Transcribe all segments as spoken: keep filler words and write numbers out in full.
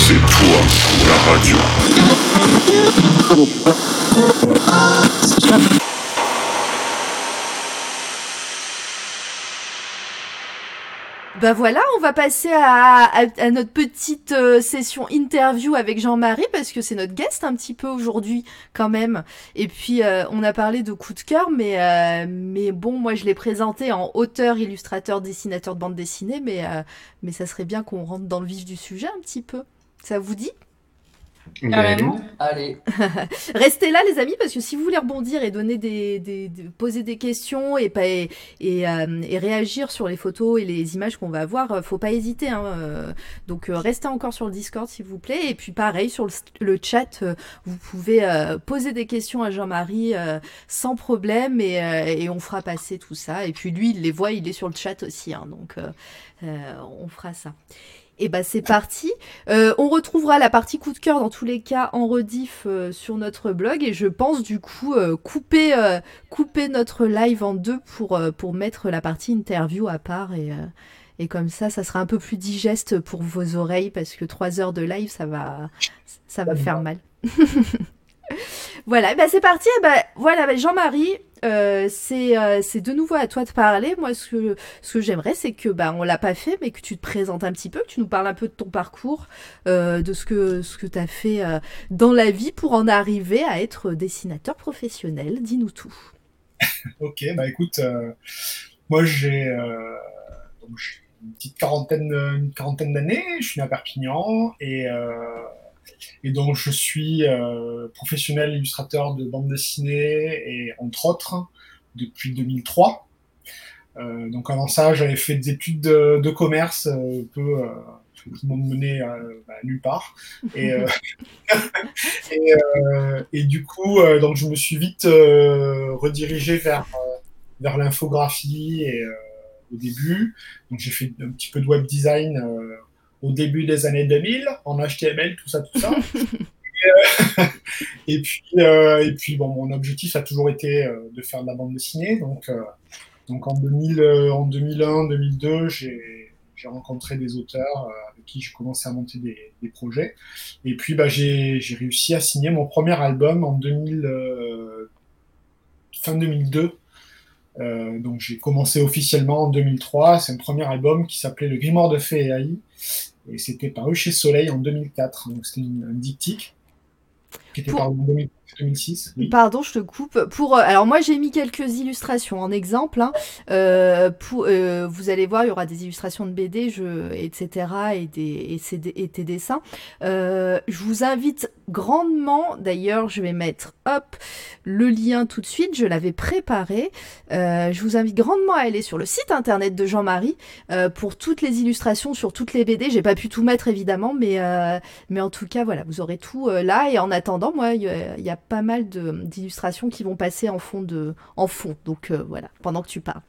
C'est toi, la radio. Bah voilà, on va passer à, à, à notre petite euh, session interview avec Jean-Marie, parce que c'est notre guest un petit peu aujourd'hui quand même. Et puis euh, on a parlé de coup de cœur, mais euh, mais bon, moi je l'ai présenté en auteur, illustrateur, dessinateur de bande dessinée, mais euh, mais ça serait bien qu'on rentre dans le vif du sujet un petit peu. Ça vous dit ? Carrément. Allez. Restez là les amis, parce que si vous voulez rebondir et donner des, des, des poser des questions et pas et, et, euh, et réagir sur les photos et les images qu'on va voir, faut pas hésiter hein. Euh, donc euh, restez encore sur le Discord s'il vous plaît, et puis pareil sur le, le chat, euh, vous pouvez euh, poser des questions à Jean-Marie euh, sans problème, et, euh, et on fera passer tout ça, et puis lui il les voit, il est sur le chat aussi hein, donc euh, euh, on fera ça. Et bah c'est parti. Euh, on retrouvera la partie coup de cœur dans tous les cas en rediff euh, sur notre blog, et je pense du coup euh, couper euh, couper notre live en deux pour euh, pour mettre la partie interview à part, et euh, et comme ça ça sera un peu plus digeste pour vos oreilles, parce que trois heures de live ça va ça va faire mal. Voilà, bah c'est parti. Bah voilà, bah Jean-Marie, euh, c'est euh, c'est de nouveau à toi de parler. Moi, ce que ce que j'aimerais, c'est que bah on l'a pas fait, mais que tu te présentes un petit peu, que tu nous parles un peu de ton parcours, euh, de ce que ce que t'as fait euh, dans la vie pour en arriver à être dessinateur professionnel. Dis-nous tout. Ok, bah écoute, euh, moi j'ai euh, donc, j'ai une petite quarantaine, une quarantaine d'années. Je suis né à Perpignan et euh, Et donc, je suis euh, professionnel illustrateur de bande dessinée, et entre autres, depuis deux mille trois. Euh, donc, avant ça, j'avais fait des études de, de commerce, euh, peu, euh, qui m'ont mené euh, bah, nulle part. Et, euh, et, euh, et du coup, euh, donc, je me suis vite euh, redirigé vers, euh, vers l'infographie et, euh, au début. Donc, j'ai fait un petit peu de web design euh, au début des années deux mille, en H T M L, tout ça, tout ça. Et puis, euh, et puis bon, mon objectif a toujours été euh, de faire de la bande dessinée. Donc, euh, donc en, deux mille, euh, en deux mille un, deux mille deux, j'ai, j'ai rencontré des auteurs euh, avec qui j'ai commencé à monter des, des projets. Et puis, bah, j'ai, j'ai réussi à signer mon premier album en deux mille, euh, fin deux mille deux. Euh, donc, j'ai commencé officiellement en deux mille trois. C'est un premier album qui s'appelait Le Grimoire de Fée et Haï. Et c'était paru chez Soleil en deux mille quatre. Donc, c'était une, un diptyque qui était Pour... paru en deux mille six. Oui. Pardon, je te coupe. Pour, euh, alors moi j'ai mis quelques illustrations en exemple. Hein. Euh, pour, euh, vous allez voir, il y aura des illustrations de B D, je, et cetera et des et, des, et tes dessins. Euh, je vous invite grandement. D'ailleurs, je vais mettre hop le lien tout de suite. Je l'avais préparé. Euh, je vous invite grandement à aller sur le site internet de Jean-Marie euh, pour toutes les illustrations sur toutes les B D. J'ai pas pu tout mettre évidemment, mais euh, mais en tout cas voilà, vous aurez tout euh, là. Et en attendant, moi il y, y a pas mal de, d'illustrations qui vont passer en fond de, en fond. Donc euh, voilà, pendant que tu parles.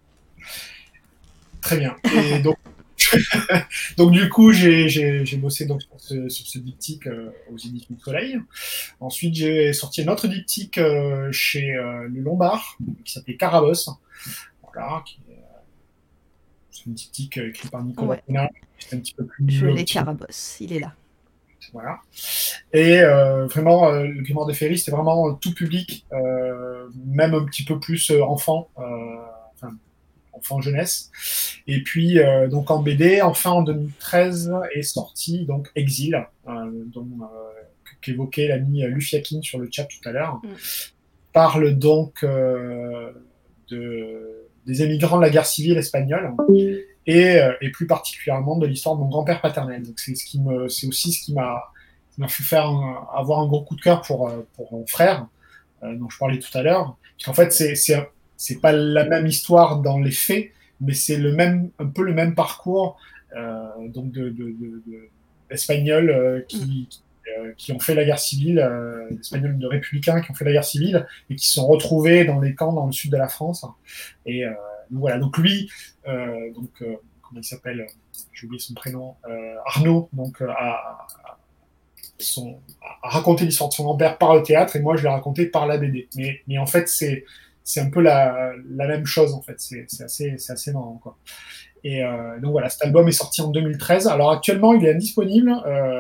Très bien. Et donc, donc du coup, j'ai, j'ai, j'ai bossé donc sur ce, sur ce diptyque euh, aux éditions Soleil. Ensuite, j'ai sorti un autre diptyque euh, chez euh, Le Lombard qui s'appelait Carabosse. Voilà, qui est, euh, c'est un diptyque euh, écrit par Nicolas Pénal. Ouais. C'est un petit peu plus. Je l'ai, Carabosse, il est là. Voilà. Et euh, vraiment, euh, le Grimoire de Féerie, c'était vraiment euh, tout public, euh, même un petit peu plus euh, enfant, euh, enfin, enfant jeunesse. Et puis, euh, donc en B D, enfin en deux mille treize est sorti donc Exil, euh, dont euh, qu'évoquait l'ami Lufiakin sur le chat tout à l'heure. Mm. Parle donc euh, de, des émigrants de la guerre civile espagnole. Et, et plus particulièrement de l'histoire de mon grand-père paternel. Donc c'est ce qui me, c'est aussi ce qui m'a, qui m'a fait faire un, avoir un gros coup de cœur pour pour mon frère, euh, dont je parlais tout à l'heure. Parce qu'en fait c'est c'est c'est pas la même histoire dans les faits, mais c'est le même un peu le même parcours euh, donc de, de, de, de espagnols euh, qui, qui euh, qui ont fait la guerre civile, euh, espagnols de républicains qui ont fait la guerre civile et qui se sont retrouvés dans les camps dans le sud de la France. Et euh, donc voilà, donc lui, euh, donc euh, comment il s'appelle, j'ai oublié son prénom, euh, Arnaud, donc euh, a, a, son, a raconté l'histoire de son grand-père par le théâtre, et moi je l'ai raconté par la B D. Mais, mais en fait c'est c'est un peu la, la même chose en fait, c'est, c'est assez c'est assez marrant quoi. Et euh, donc voilà, cet album est sorti en deux mille treize. Alors actuellement il est indisponible, euh,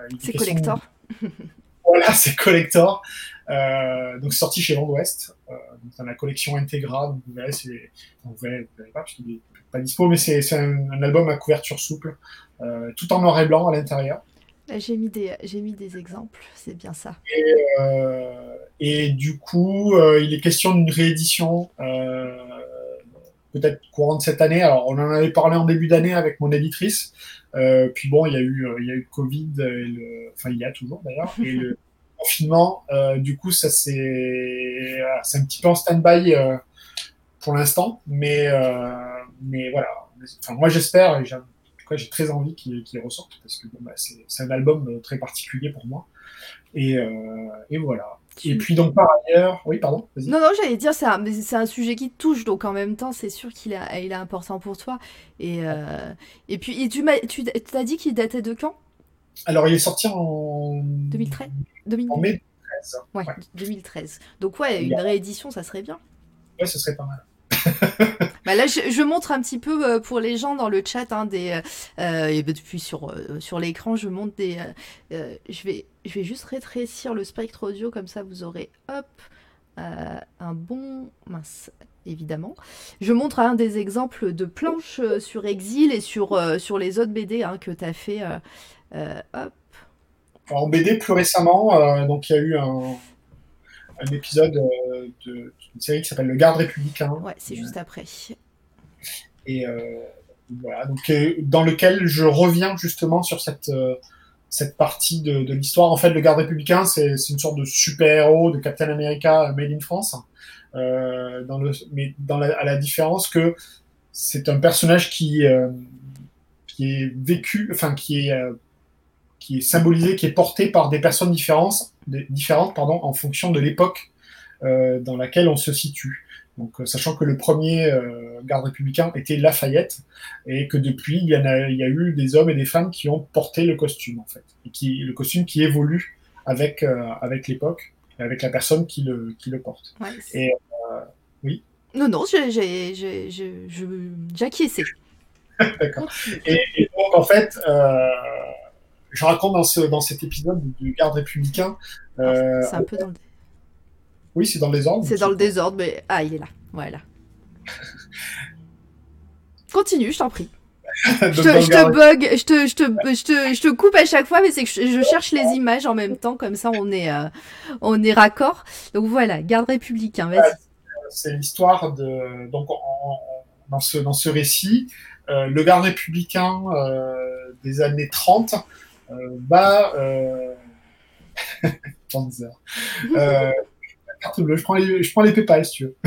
c'est collector. De... Voilà, c'est collector. Euh, donc c'est sorti chez Vent d'Ouest. Euh, donc dans la collection Integra. Donc vous verrez, c'est... vous verrez, vous verrez pas parce qu'il n'est pas dispo, mais c'est, c'est un, un album à couverture souple, euh, tout en noir et blanc à l'intérieur. J'ai mis des, j'ai mis des exemples, c'est bien ça. Et, euh, et du coup, euh, il est question d'une réédition, euh, peut-être courante cette année. Alors, on en avait parlé en début d'année avec mon éditrice. Euh, puis bon, il y a eu, il y a eu le Covid, et le, enfin, il y a toujours d'ailleurs, et le confinement. Euh, du coup, ça c'est, c'est un petit peu en stand-by euh, pour l'instant, mais, euh, mais voilà. Enfin, moi, j'espère, et j'ai, en tout cas, j'ai très envie qu'il, qu'il ressorte parce que bon, bah, c'est, c'est un album très particulier pour moi. Et, euh, et voilà. Et puis donc par ailleurs, oui pardon. Vas-y. Non non, j'allais dire c'est un, c'est un sujet qui te touche, donc en même temps c'est sûr qu'il est, il est important pour toi. Et euh, et puis et tu m'as, tu t'as dit qu'il datait de quand? Alors il est sorti en deux mille treize. deux mille... En mai deux mille treize. Ouais, ouais, deux mille treize. Donc ouais, une réédition ça serait bien. Ouais, ce serait pas mal. Bah là, je, je montre un petit peu pour les gens dans le chat, hein, des, euh, et depuis sur, euh, sur l'écran, je montre des... Euh, euh, je, vais, je vais juste rétrécir le spectre audio, comme ça vous aurez, hop, euh, un bon... Mince, évidemment. Je montre un des exemples de planches sur Exil et sur, euh, sur les autres B D hein, que tu as fait. Euh, euh, hop. Alors, en B D, plus récemment, euh, donc il y a eu un... un épisode euh, de, d'une série qui s'appelle Le Garde républicain. Ouais, c'est juste après. Et euh, voilà, donc euh, dans lequel je reviens justement sur cette euh, cette partie de, de l'histoire. En fait, le Garde républicain, c'est, c'est une sorte de super-héros de Captain America made in France, euh, dans le, mais dans la, à la différence que c'est un personnage qui euh, qui est vécu, enfin qui est euh, qui est symbolisé, qui est porté par des personnes différentes, des, différentes pardon, en fonction de l'époque euh, dans laquelle on se situe. Donc, euh, sachant que le premier euh, garde républicain était Lafayette, et que depuis, il y, en a, il y a eu des hommes et des femmes qui ont porté le costume, en fait. Et qui, le costume qui évolue avec, euh, avec l'époque, avec la personne qui le, qui le porte. Ouais, et euh, oui. Non, non, j'ai, j'ai, j'ai, j'ai, je, j'acquiesçais. D'accord. Et, et donc, en fait, euh, je raconte dans, ce, dans cet épisode du garde républicain. Euh, c'est un peu dans le... Oui, c'est dans le désordre. C'est dans le désordre, mais... Ah, il est là. Voilà. Continue, je t'en prie. je, te, je te bug, je te, je, te, je, te, je te coupe à chaque fois, mais c'est que je, je cherche les images en même temps, comme ça on est, euh, on est raccord. Donc voilà, garde républicain, vas-y. C'est l'histoire de... Donc, en, en, dans, ce, dans ce récit, euh, le garde républicain euh, des années trente euh, va... Euh... trente heures. Euh, carte bleue, je prends les, je prends les PayPal si tu veux.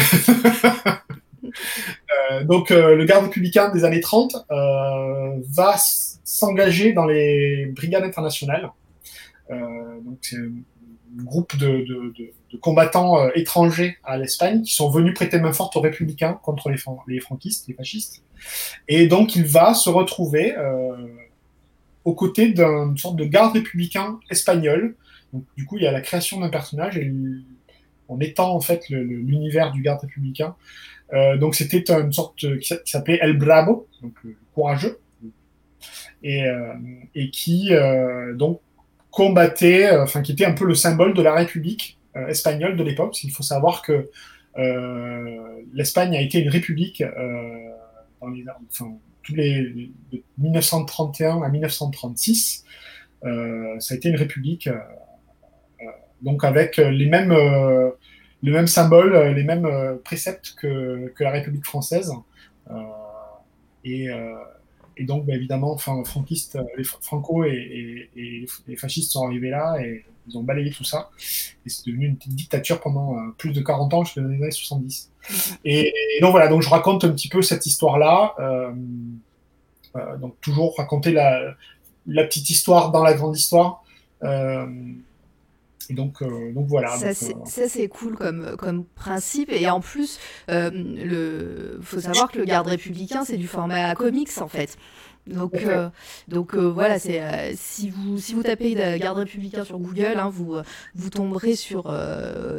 euh, donc euh, le garde républicain des années trente euh, va s- s'engager dans les brigades internationales. Euh, donc c'est un groupe de, de, de, de combattants euh, étrangers à l'Espagne qui sont venus prêter main forte aux républicains contre les, les franquistes, les fascistes. Et donc il va se retrouver euh, aux côtés d'une sorte de garde républicain espagnol. Donc du coup il y a la création d'un personnage et on étend en fait le, le, l'univers du garde républicain. Euh, donc c'était une sorte qui s'appelait El Bravo, donc le courageux, et, euh, et qui euh, donc combattait, enfin euh, qui était un peu le symbole de la République euh, espagnole de l'époque. Parce qu'il faut savoir que euh, l'Espagne a été une république euh, dans les, enfin, tous les de dix-neuf cent trente et un à dix-neuf cent trente-six. Euh, ça a été une république. Euh, donc avec les mêmes, euh, les mêmes symboles, les mêmes euh, préceptes que, que la République française. Euh, et, euh, et donc, bah, évidemment, enfin, franquistes, les Franco et, et, et les fascistes sont arrivés là et ils ont balayé tout ça. Et c'est devenu une petite dictature pendant euh, plus de quarante ans, jusqu'aux années soixante-dix. Et, et donc voilà, donc je raconte un petit peu cette histoire-là. Euh, euh, donc toujours raconter la, la petite histoire dans la grande histoire. Euh, Et donc, euh, donc voilà. Ça, donc, c'est, euh... ça, c'est cool comme, comme principe. Et en plus, il euh, faut savoir que le garde républicain, c'est du format comics, en fait. Donc, euh, donc euh, voilà, c'est, euh, si, vous, si vous tapez garde républicain sur Google, hein, vous, vous tomberez sur... Euh,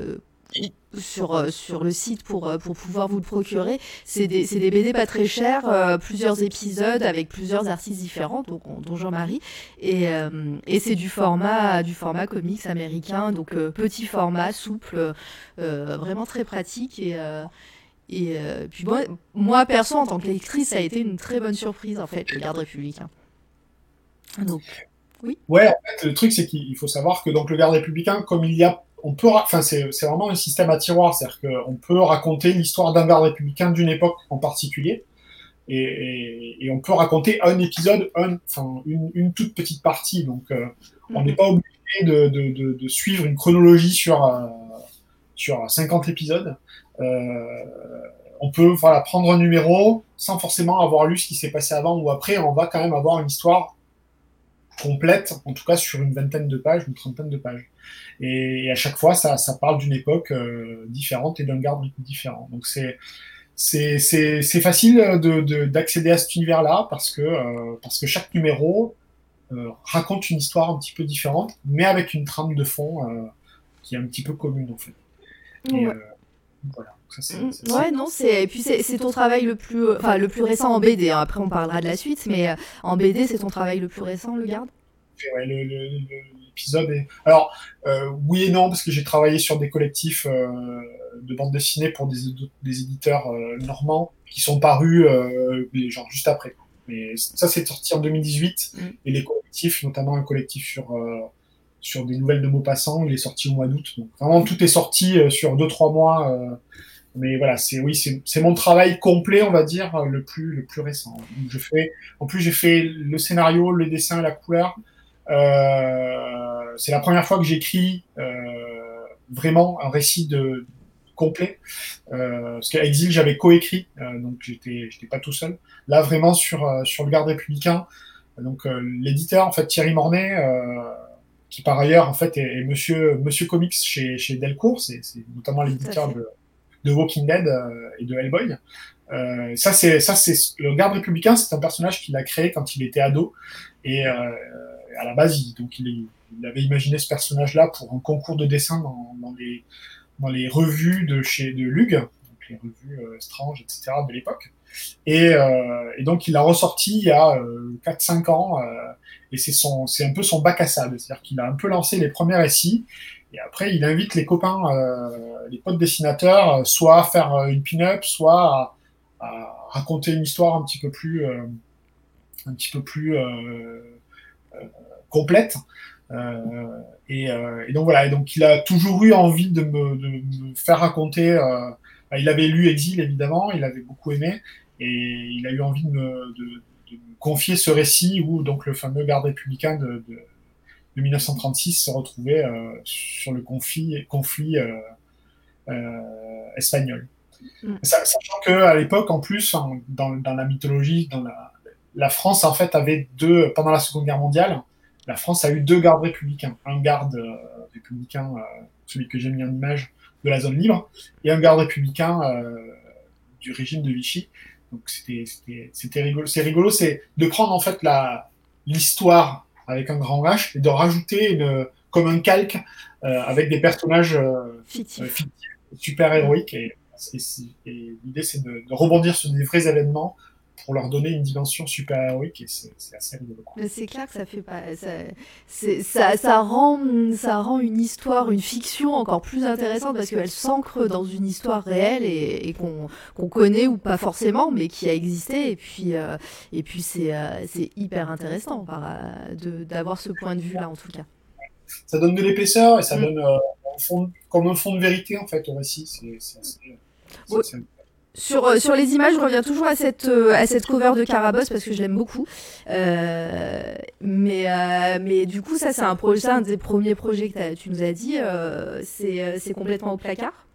sur euh, sur le site pour euh, pour pouvoir vous le procurer. C'est des c'est des B D pas très chers, euh, plusieurs épisodes avec plusieurs artistes différents, donc dont Jean-Marie, et euh, et c'est du format du format comics américain, donc euh, petit format souple, euh, vraiment très pratique et euh, et euh, puis moi, moi perso en tant que lectrice, ça a été une très bonne surprise en fait, le Garde républicain. Donc oui. Ouais, en fait, le truc c'est qu'il faut savoir que donc le Garde républicain, comme il y a, on peut, enfin c'est c'est vraiment un système à tiroir, c'est-à-dire qu'on peut raconter l'histoire d'un Garde républicain d'une époque en particulier, et, et, et on peut raconter un épisode, un, enfin une, une toute petite partie, donc euh, mm-hmm. on n'est pas obligé de, de, de, de suivre une chronologie sur euh, sur cinquante épisodes. Euh, on peut voilà prendre un numéro sans forcément avoir lu ce qui s'est passé avant ou après, on va quand même avoir une histoire complète, en tout cas sur une vingtaine de pages, une trentaine de pages. Et, et à chaque fois, ça, ça parle d'une époque euh, différente et d'un garde différent. Donc c'est c'est c'est c'est facile de, de d'accéder à cet univers-là parce que euh, parce que chaque numéro euh, raconte une histoire un petit peu différente, mais avec une trame de fond euh, qui est un petit peu commune en fait. Et, ouais. euh, voilà. Ça, c'est, c'est ouais, non, c'est et puis c'est, c'est ton travail le plus, enfin le plus récent en B D. Hein. Après, on parlera de la suite, mais euh, en B D, c'est ton travail le plus récent, le Garde. Ouais, le, le, le, l'épisode est. Alors euh, oui et non parce que j'ai travaillé sur des collectifs euh, de bande dessinée pour des, des éditeurs euh, normands qui sont parus euh, genre juste après. Mais ça, c'est sorti en deux mille dix-huit mm. et les collectifs, notamment un collectif sur euh, sur des nouvelles de Maupassant, il est sorti au mois d'août. Donc vraiment tout est sorti euh, sur deux trois mois. Euh, Mais voilà, c'est oui, c'est, c'est mon travail complet, on va dire, le plus le plus récent. Donc, je fais, en plus, j'ai fait le scénario, le dessin, la couleur. Euh, c'est la première fois que j'écris euh, vraiment un récit de complet. Euh, parce qu'Exil, j'avais coécrit, euh, donc j'étais j'étais pas tout seul. Là, vraiment sur euh, sur le Garde républicain. Donc euh, l'éditeur, en fait, Thierry Mornay. Euh, qui par ailleurs en fait est, est Monsieur Monsieur Comics chez chez Delcourt, c'est, c'est notamment l'éditeur de de Walking Dead euh, et de Hellboy. Euh, ça c'est ça c'est le Garde républicain, c'est un personnage qu'il a créé quand il était ado et euh, à la base il, donc il, est, il avait imaginé ce personnage-là pour un concours de dessin dans, dans les dans les revues de chez de Lug, donc les revues euh, Strange et cetera de l'époque. Et, euh, et donc il l'a ressorti il y a euh, quatre cinq ans euh, et c'est son c'est un peu son bac à sable, c'est-à-dire qu'il a un peu lancé les premiers récits. Et après, il invite les copains, euh, les potes dessinateurs, soit à faire une pin-up, soit à, à raconter une histoire un petit peu plus, euh, un petit peu plus euh, euh, complète. Euh, et, euh, et donc voilà. Et donc il a toujours eu envie de me, de me faire raconter. Euh, il avait lu Exil évidemment, il avait beaucoup aimé, et il a eu envie de me, de, de me confier ce récit où donc le fameux Garde républicain de, de de mille neuf cent trente-six se retrouvait euh, sur le conflit, conflit euh, euh, espagnol. Mm. Sachant qu'à l'époque, en plus, hein, dans, dans la mythologie, dans la, la France, en fait, avait deux, pendant la Seconde Guerre mondiale, la France a eu deux gardes républicains. Un garde euh, républicain, euh, celui que j'ai mis en image, de la zone libre, et un garde républicain euh, du régime de Vichy. Donc c'était, c'était, c'était rigolo. C'est rigolo, c'est de prendre en fait la, l'histoire avec un grand H, et de rajouter une, comme un calque euh, avec des personnages euh, fictifs, super héroïques. Et, et, et l'idée, c'est de, de rebondir sur des vrais événements pour leur donner une dimension super héroïque, et c'est, c'est assez rigolo. Mais c'est clair que ça fait pas, ça, c'est, ça, ça rend, ça rend une histoire, une fiction encore plus intéressante parce qu'elle s'ancre dans une histoire réelle et, et qu'on, qu'on connaît ou pas forcément, mais qui a existé. Et puis, euh, et puis c'est, euh, c'est hyper intéressant par, euh, de, d'avoir ce point de vue-là en tout cas. Ça donne de l'épaisseur et ça mmh. donne euh, un fond, comme un fond de vérité en fait au récit. C'est, c'est assez, c'est, ouais. c'est, Sur, euh, sur les images, je reviens toujours à cette, euh, à cette cover de Carabosse parce que je l'aime beaucoup. Euh, mais, euh, mais du coup, ça, c'est un, projet, un des premiers projets que tu nous as dit. Euh, c'est, euh, c'est complètement au placard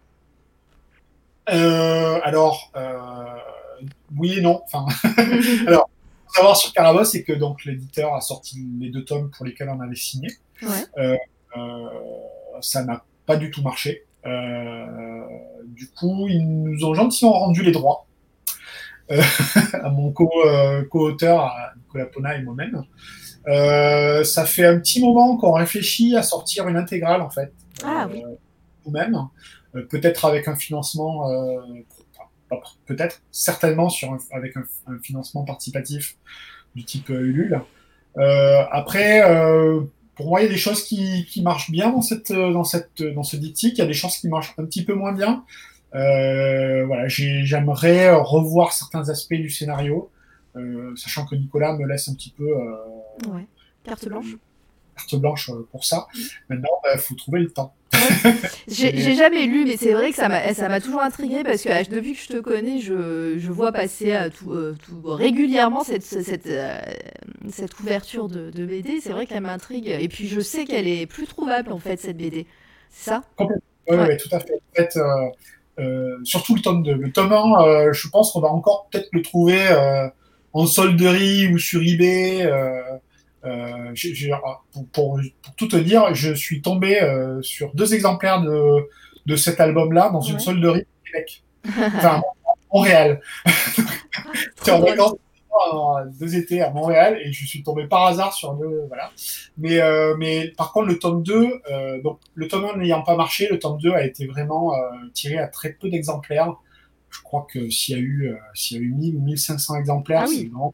euh, Alors, euh, oui et non. Enfin, alors, faut savoir sur Carabosse, c'est que donc, l'éditeur a sorti les deux tomes pour lesquels on avait signé. Ouais. Euh, euh, ça n'a pas du tout marché. Euh, du coup, ils nous ont gentiment rendu les droits euh, à mon co, euh, co-auteur, à Nicolas Pona et moi-même. Euh, ça fait un petit moment qu'on réfléchit à sortir une intégrale, en fait. Ah euh, oui. Nous-mêmes. euh, peut-être avec un financement, euh, enfin, peut-être, certainement sur un, avec un, un financement participatif du type euh, Ulule. Euh, après, euh, pour moi, il y a des choses qui, qui marchent bien dans, cette, dans, cette, dans ce diptyque, il y a des choses qui marchent un petit peu moins bien. Euh, voilà, j'aimerais revoir certains aspects du scénario, euh, sachant que Nicolas me laisse un petit peu euh, ouais. Carte blanche. Carte blanche pour ça. Mmh. Maintenant, il bah, faut trouver le temps. Ouais. J'ai jamais lu, mais c'est vrai que ça m'a ça m'a toujours intriguée parce que depuis que je te connais, je, je vois passer euh, tout, euh, tout, régulièrement cette, cette, euh, cette couverture de, de B D. C'est vrai qu'elle m'intrigue. Et puis je sais qu'elle est plus trouvable en fait, cette B D. C'est ça? Complètement. Oui, ouais. Ouais, tout à fait. En fait, euh, euh, surtout le tome deux. Le tome un, euh, je pense qu'on va encore peut-être le trouver euh, en solderie ou sur eBay. Euh, euh, j'ai, j'ai, pour, pour, pour tout te dire, je suis tombé euh, sur deux exemplaires de, de cet album-là dans ouais. une solderie au Québec. Enfin, à Montréal. C'était en vacances deux étés à Montréal et je suis tombé par hasard sur deux, voilà. Mais, euh, mais par contre, le tome deux, euh, donc le tome un n'ayant pas marché, le tome deux a été vraiment euh, tiré à très peu d'exemplaires. Je crois que s'il y a eu, euh, s'il y a eu mille ou mille cinq cents exemplaires, ah oui. C'est grand.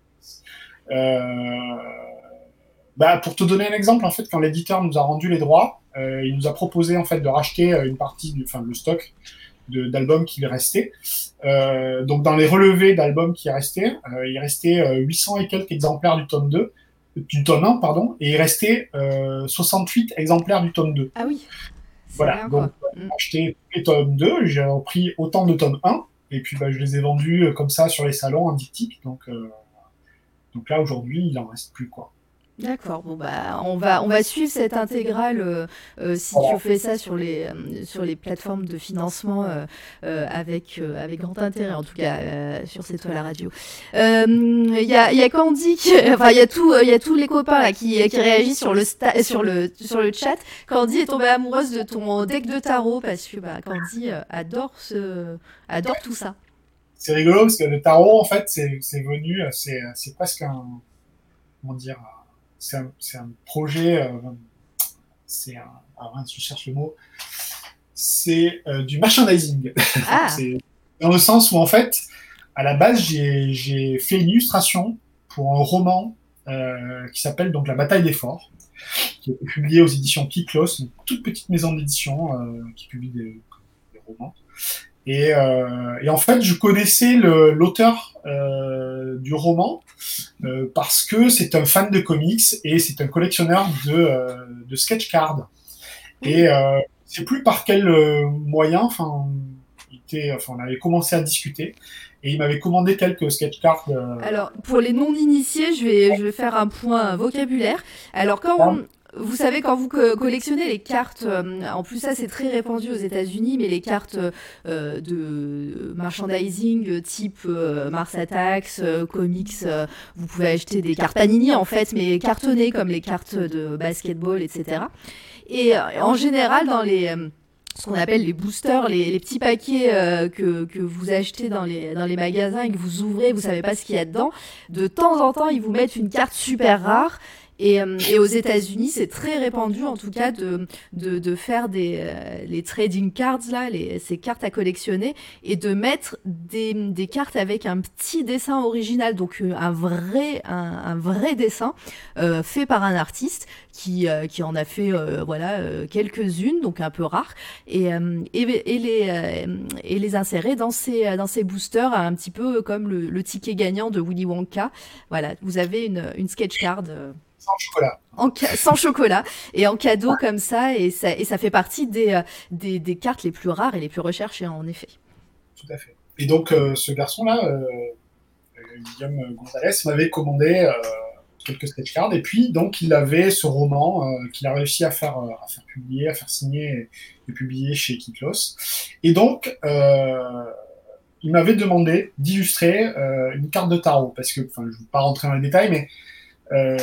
Euh, bah, pour te donner un exemple, en fait, quand l'éditeur nous a rendu les droits, euh, il nous a proposé en fait de racheter une partie du, enfin, le stock d'albums qui restait. Euh, donc dans les relevés d'albums qui restaient, euh, il restait euh, huit cents et quelques exemplaires du tome deux, du tome un, pardon, et il restait euh, soixante-huit exemplaires du tome deux. Ah oui. Voilà, bien, donc j'ai mmh. acheté les tomes deux, j'ai repris autant de tome un, et puis bah, je les ai vendus euh, comme ça sur les salons en diptyque. Donc, euh, donc là aujourd'hui, il en reste plus, quoi. D'accord. Bon bah on va on va suivre cette intégrale euh, euh, si tu fais ça sur les euh, sur les plateformes de financement euh, euh, avec euh, avec grand intérêt en tout cas euh, sur C'est toi la radio. Il euh, y a il y a Candy qui, enfin il y a tout il y a tous les copains là qui qui réagissent sur le sta- sur le sur le chat. Candy est tombée amoureuse de ton deck de tarot parce que bah Candy euh, adore ce adore tout ça. C'est rigolo parce que le tarot en fait c'est c'est venu c'est c'est presque un comment dire C'est un, c'est un projet, euh, c'est un, ah, je cherche le mot, c'est euh, du merchandising. Ah. C'est dans le sens où, en fait, à la base, j'ai, j'ai fait une illustration pour un roman euh, qui s'appelle donc La Bataille des Forts, qui a été publié aux éditions Kiklos, une toute petite maison d'édition euh, qui publie des, des romans. Et, euh, et en fait, je connaissais le, l'auteur euh, du roman euh, parce que c'est un fan de comics et c'est un collectionneur de, euh, de sketch cards. Et euh, je sais plus par quel euh, moyen, enfin, il était, enfin, on avait commencé à discuter et il m'avait commandé quelques sketch cards. Euh... Alors, pour les non-initiés, je vais, je vais faire un point vocabulaire. Alors, quand on... Vous savez, quand vous co- collectionnez les cartes, euh, en plus ça c'est très répandu aux États-Unis, mais les cartes euh, de merchandising type euh, Mars Attacks, euh, comics, euh, vous pouvez acheter des cartes Panini en fait, mais cartonnées comme les cartes de basketball, et cetera. Et euh, en général, dans les... Euh, ce qu'on appelle les boosters, les, les petits paquets euh, que, que vous achetez dans les, dans les magasins et que vous ouvrez, vous savez pas ce qu'il y a dedans. De temps en temps, ils vous mettent une carte super rare. Et, euh, et aux États-Unis, c'est très répandu, en tout cas, de, de, de faire des euh, les trading cards, là, les, ces cartes à collectionner, et de mettre des, des cartes avec un petit dessin original, donc un vrai, un, un vrai dessin euh, fait par un artiste qui, euh, qui en a fait euh, voilà, euh, quelques-unes, donc un peu rares, et, euh, et, et, les, euh, et les insérer dans ces, dans ces boosters, un petit peu comme le, le ticket gagnant de Willy Wonka. Voilà, vous avez une, une sketch card. Euh, Sans chocolat. En ca- sans chocolat et en cadeau ah. comme ça et, ça et ça fait partie des, euh, des, des cartes les plus rares et les plus recherchées en effet. Tout à fait. Et donc euh, ce garçon-là, euh, Guillaume Gonzalez, m'avait commandé euh, quelques sketch cards et puis donc il avait ce roman euh, qu'il a réussi à faire, euh, à faire publier, à faire signer et, et publier chez Kiklos. Et donc euh, il m'avait demandé d'illustrer euh, une carte de tarot parce que, enfin, je ne vais pas rentrer dans les détails, mais euh,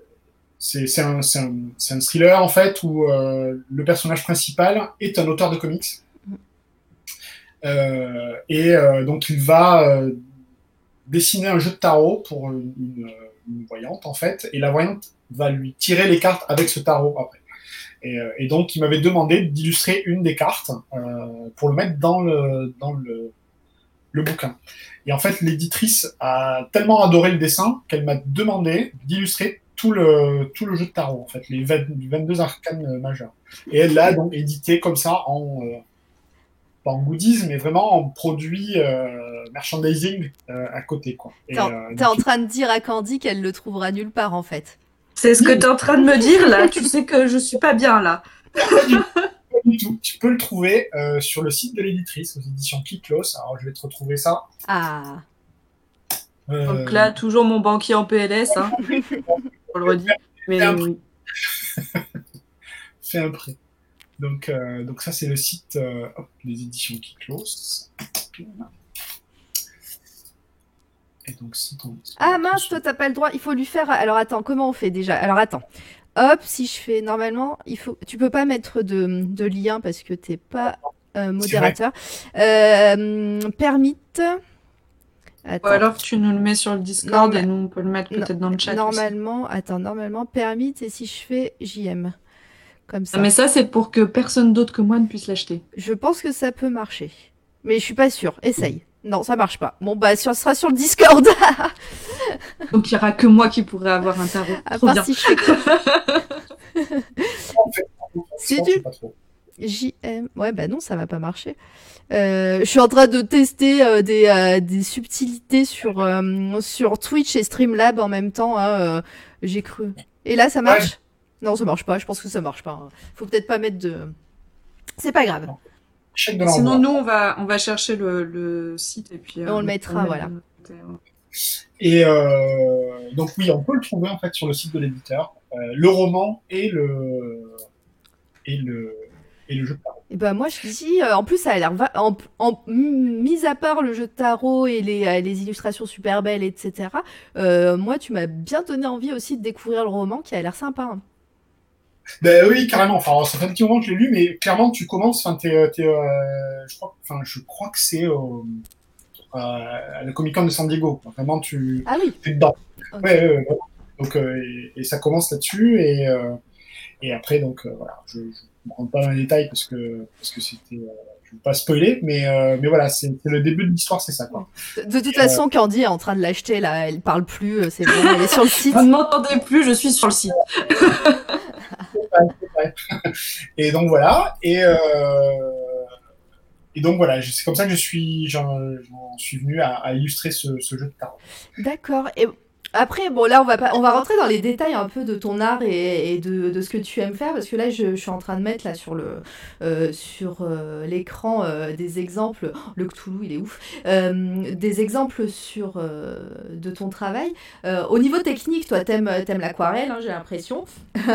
C'est, c'est, un, c'est, un, c'est un thriller en fait où euh, le personnage principal est un auteur de comics euh, et euh, donc il va euh, dessiner un jeu de tarot pour une, une, une voyante en fait et la voyante va lui tirer les cartes avec ce tarot après Et, euh, et donc, il m'avait demandé d'illustrer une des cartes euh, pour le mettre dans le, dans le, le bouquin. Et en fait, l'éditrice a tellement adoré le dessin qu'elle m'a demandé d'illustrer tout le, tout le jeu de tarot, en fait, les vingt, vingt-deux arcanes majeurs. Et elle l'a donc édité comme ça en... Euh, pas en goodies, mais vraiment en produit euh, merchandising euh, à côté, quoi. T'es en, euh, t'es en train de dire à Candy qu'elle le trouvera nulle part, en fait. C'est ce que t'es en train de me dire, là. Tu sais que je suis pas bien, là. Pas du, pas du tout. Tu peux le trouver euh, sur le site de l'éditrice, aux éditions Kiklos. Alors, je vais te retrouver ça. Ah. Euh... Donc là, toujours mon banquier en P L S, hein. On le redit. Mais Fais un oui. Fais un prêt. Donc, euh, donc ça, c'est le site euh, hop, des éditions Kiklos. Et donc, si ton... Ah mince, toi, t'as pas le droit. Il faut lui faire... Alors, attends, comment on fait déjà? Alors, attends. Hop, si je fais... Normalement, il faut... tu peux pas mettre de, de lien parce que t'es pas euh, modérateur. Euh, permit... Attends. Ou alors tu nous le mets sur le Discord non, et nous on peut le mettre peut-être dans le chat. Normalement, aussi. Attends, normalement, permit, et si je fais J M comme ça. Mais ça, c'est pour que personne d'autre que moi ne puisse l'acheter. Je pense que ça peut marcher. Mais je suis pas sûre. Essaye. Non, ça marche pas. Bon, bah, ça sera sur le Discord. Donc, il y aura que moi qui pourrai avoir un tarot. À Trop part bien. si je fais quoi. C'est du J M. Ouais, bah non, ça va pas marcher. Euh, je suis en train de tester euh, des, euh, des subtilités sur, euh, sur Twitch et Streamlab en même temps. Hein, euh, j'ai cru. Et là, ça marche? Ouais. Non, ça marche pas. Je pense que ça marche pas. Faut peut-être pas mettre de... C'est pas grave. Sinon, nous, on va, on va chercher le, le site et puis... Euh, on le mettra, on voilà. Et euh, donc, oui, on peut le trouver, en fait, sur le site de l'éditeur. Euh, le roman et le... Et le... Et le jeu de tarot. Et ben moi je dis, euh, en plus ça a l'air, en, en, mis à part le jeu de tarot et les, euh, les illustrations super belles, et cetera. Euh, moi tu m'as bien donné envie aussi de découvrir le roman qui a l'air sympa. Hein. Ben oui, carrément. Enfin, ça fait un petit moment que je l'ai lu, mais clairement tu commences. Enfin, t'es, t'es, euh, je crois, enfin, je crois que c'est euh, à la Comic Con de San Diego. Enfin, vraiment, tu, ah oui. t'es dedans. Okay. Ouais, ouais, ouais. Donc euh, et, et ça commence là-dessus et euh, et après donc euh, voilà, je, je ne rentre pas dans les détails parce que parce que c'était euh, je ne veux pas spoiler mais euh, mais voilà, c'est, c'est le début de l'histoire, c'est ça quoi. De, de toute et façon euh... Candy est en train de l'acheter là, elle parle plus, c'est bon, elle est sur le site. Vous ne m'entendez plus, je suis sur le site. Et donc voilà, et euh, et donc voilà, c'est comme ça que je suis j'en, j'en suis venu à, à illustrer ce, ce jeu de tarot. D'accord. Et après, bon, là, on va, pas, on va rentrer dans les détails un peu de ton art et, et de, de ce que tu aimes faire, parce que là, je, je suis en train de mettre là sur, le, euh, sur euh, l'écran euh, des exemples. Oh, le Cthulhu, il est ouf. Euh, des exemples sur, euh, de ton travail. Euh, au niveau technique, toi, t'aimes, t'aimes l'aquarelle, hein, j'ai l'impression.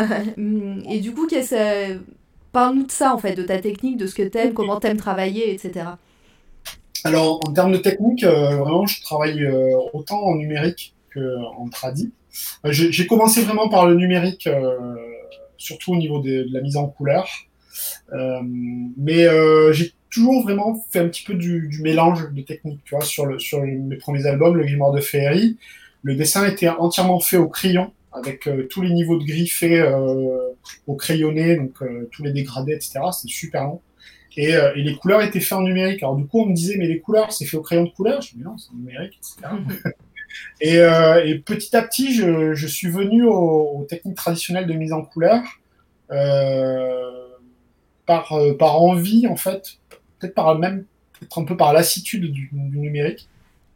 Et du coup, qu'est-ce, parle-nous de ça, en fait, de ta technique, de ce que t'aimes, comment t'aimes travailler, et cetera. Alors, en termes de technique, euh, vraiment, je travaille euh, autant en numérique en tradi. Euh, j'ai, j'ai commencé vraiment par le numérique, euh, surtout au niveau de, de la mise en couleur. Euh, mais euh, j'ai toujours vraiment fait un petit peu du, du mélange de techniques. Tu vois, sur, le, sur les, mes premiers albums, Le Grimoire de Féerie, le dessin était entièrement fait au crayon, avec euh, tous les niveaux de gris faits euh, au crayonné, donc euh, tous les dégradés, et cetera. C'était super long. Et, euh, et les couleurs étaient faites en numérique. Alors du coup, on me disait, mais les couleurs, c'est fait au crayon de couleur. Je dis, non, c'est en numérique, et cetera. Et, euh, et petit à petit, je, je suis venu aux, aux techniques traditionnelles de mise en couleur euh, par, euh, par envie, en fait, peut-être par même, peut-être un peu par lassitude du, du numérique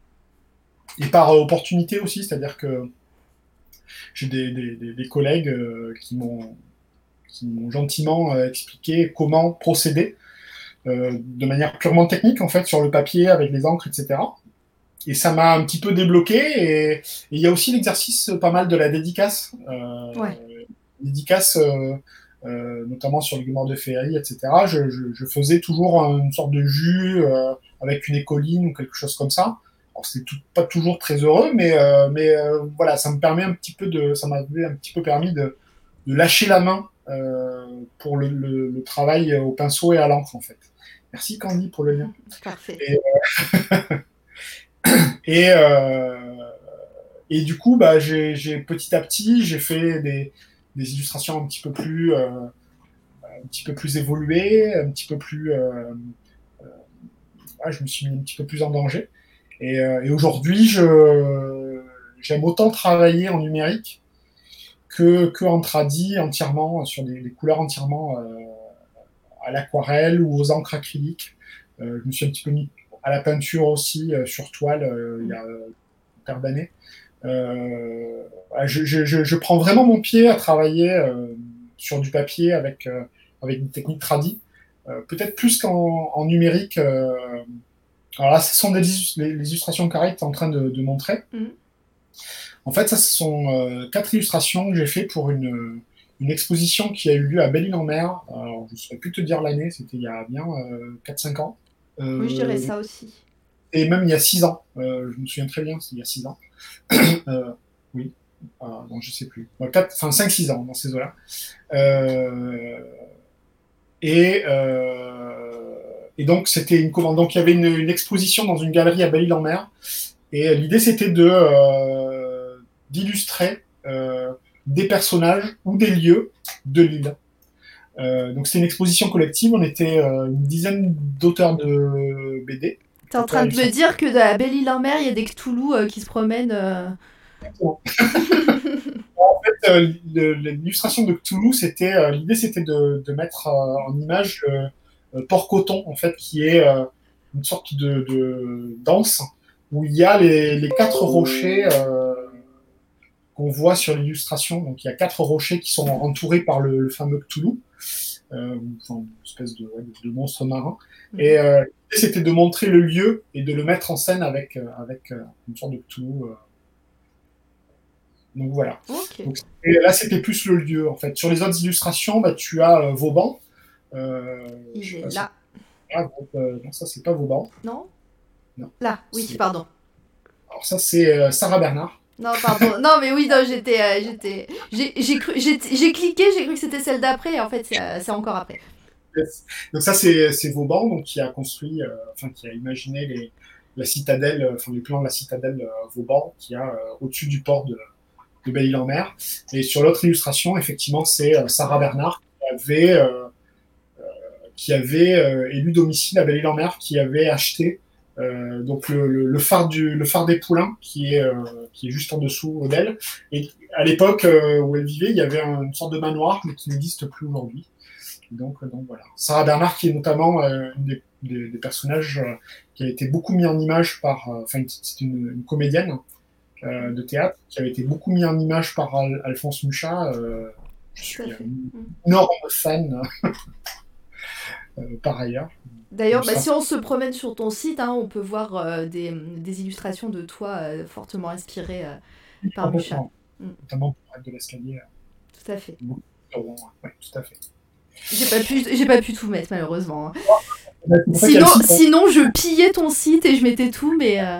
et par euh, opportunité aussi, c'est-à-dire que j'ai des, des, des collègues euh, qui m'ont, qui m'ont gentiment euh, expliqué comment procéder euh, de manière purement technique, en fait, sur le papier avec les encres, et cetera. Et ça m'a un petit peu débloqué. Et il y a aussi l'exercice pas mal de la dédicace. Euh, ouais. Dédicace, euh, euh, notamment sur le Grimoire de Féerie, et cetera. Je, je, je faisais toujours une sorte de jus euh, avec une écoline ou quelque chose comme ça. Alors, c'était tout, pas toujours très heureux, mais, euh, mais euh, voilà, ça me permet un petit peu de, ça m'avait un petit peu permis de, de lâcher la main euh, pour le, le, le travail au pinceau et à l'encre, en fait. Merci Candy pour le lien. Parfait. Et, euh... Et, euh, et du coup, bah, j'ai, j'ai petit à petit, j'ai fait des, des illustrations un petit peu plus, euh, un petit peu plus évolué, un petit peu plus... Euh, euh, ouais, je me suis mis un petit peu plus en danger. Et, euh, et aujourd'hui, je, j'aime autant travailler en numérique que, que en tradi entièrement, sur des, des couleurs entièrement euh, à l'aquarelle ou aux encres acryliques. Euh, je me suis un petit peu mis à la peinture aussi, euh, sur toile, euh, il y a une paire d'années. Euh, je, je, je, je prends vraiment mon pied à travailler euh, sur du papier avec, euh, avec une technique tradi. Euh, peut-être plus qu'en en numérique. Euh, alors là, ce sont des, les, les illustrations carrées que tu es en train de, de montrer. Mmh. En fait, ça, ce sont euh, quatre illustrations que j'ai fait pour une, une exposition qui a eu lieu à Belle-Île-en-Mer. Alors, je ne saurais plus te dire l'année, c'était il y a bien euh, quatre cinq ans. Euh, oui, je dirais ça aussi. Et même il y a six ans. Euh, je me souviens très bien, c'était il y a six ans. euh, oui. Euh, bon, je ne sais plus. Enfin, cinq six ans dans ces eaux-là. Euh, et, euh, et donc, c'était une commande. Donc, il y avait une, une exposition dans une galerie à Belle-Île-en-Mer. Et l'idée, c'était de, euh, d'illustrer euh, des personnages ou des lieux de l'île. Euh, donc, c'était une exposition collective. On était euh, une dizaine d'auteurs de B D. T'es en train de me dire que à Belle-Île-en-Mer, il y a des Cthulhu euh, qui se promènent. Euh... en fait, euh, le, l'illustration de Cthulhu, c'était euh, l'idée, c'était de, de mettre euh, en image euh, Port-Coton, en fait, qui est euh, une sorte de, de danse où il y a les, les quatre rochers euh, qu'on voit sur l'illustration. Donc, il y a quatre rochers qui sont entourés par le, le fameux Cthulhu, euh, enfin, une espèce de, ouais, de monstre marin. Mmh. Et euh, c'était de montrer le lieu et de le mettre en scène avec, euh, avec euh, une sorte de Cthulhu. Euh. Donc, voilà. Okay. Donc, et là, c'était plus le lieu, en fait. Sur les autres illustrations, bah, tu as euh, Vauban. Euh, il est là. Si... Ah, euh, non, ça, c'est pas Vauban. Non Non. Là, oui, c'est... pardon. Alors, ça, c'est euh, Sarah Bernard. Non, pardon. Non, mais oui, non, j'étais, euh, j'étais, j'ai, j'ai cru, j'ai, j'ai cliqué, j'ai cru que c'était celle d'après, et en fait, c'est, euh, c'est encore après. Yes. Donc ça, c'est, c'est Vauban, donc qui a construit, euh, enfin qui a imaginé les, la citadelle, enfin les plans de la citadelle euh, Vauban, qui a euh, au-dessus du port de, de Belle-Île-en-Mer. Et sur l'autre illustration, effectivement, c'est euh, Sarah Bernard qui avait, euh, euh, qui avait euh, élu domicile à Belle-Île-en-Mer, qui avait acheté Euh, donc le, le, le phare du le phare des Poulains qui est euh, qui est juste en dessous d'elle, et à l'époque euh, où elle vivait, il y avait un, une sorte de manoir mais qui n'existe plus aujourd'hui. Donc, euh, donc voilà. Sarah Bernard, qui est notamment euh, une des, des, des personnages euh, qui a été beaucoup mis en image par, enfin euh, c'est une, une comédienne euh, de théâtre qui avait été beaucoup mis en image par Al- Alphonse Mucha. Euh, je suis un énorme fan euh, par ailleurs. D'ailleurs, bah, si on se promène sur ton site, hein, on peut voir euh, des, des illustrations de toi euh, fortement inspirées euh, oui, par Mucha. Notamment pour être de l'escalier. Euh, tout à fait. Beaucoup de ronds, ouais, tout à fait. J'ai pas pu, j'ai pas pu tout mettre malheureusement. Hein. Sinon, sinon, je pillais ton site et je mettais tout, mais. Euh...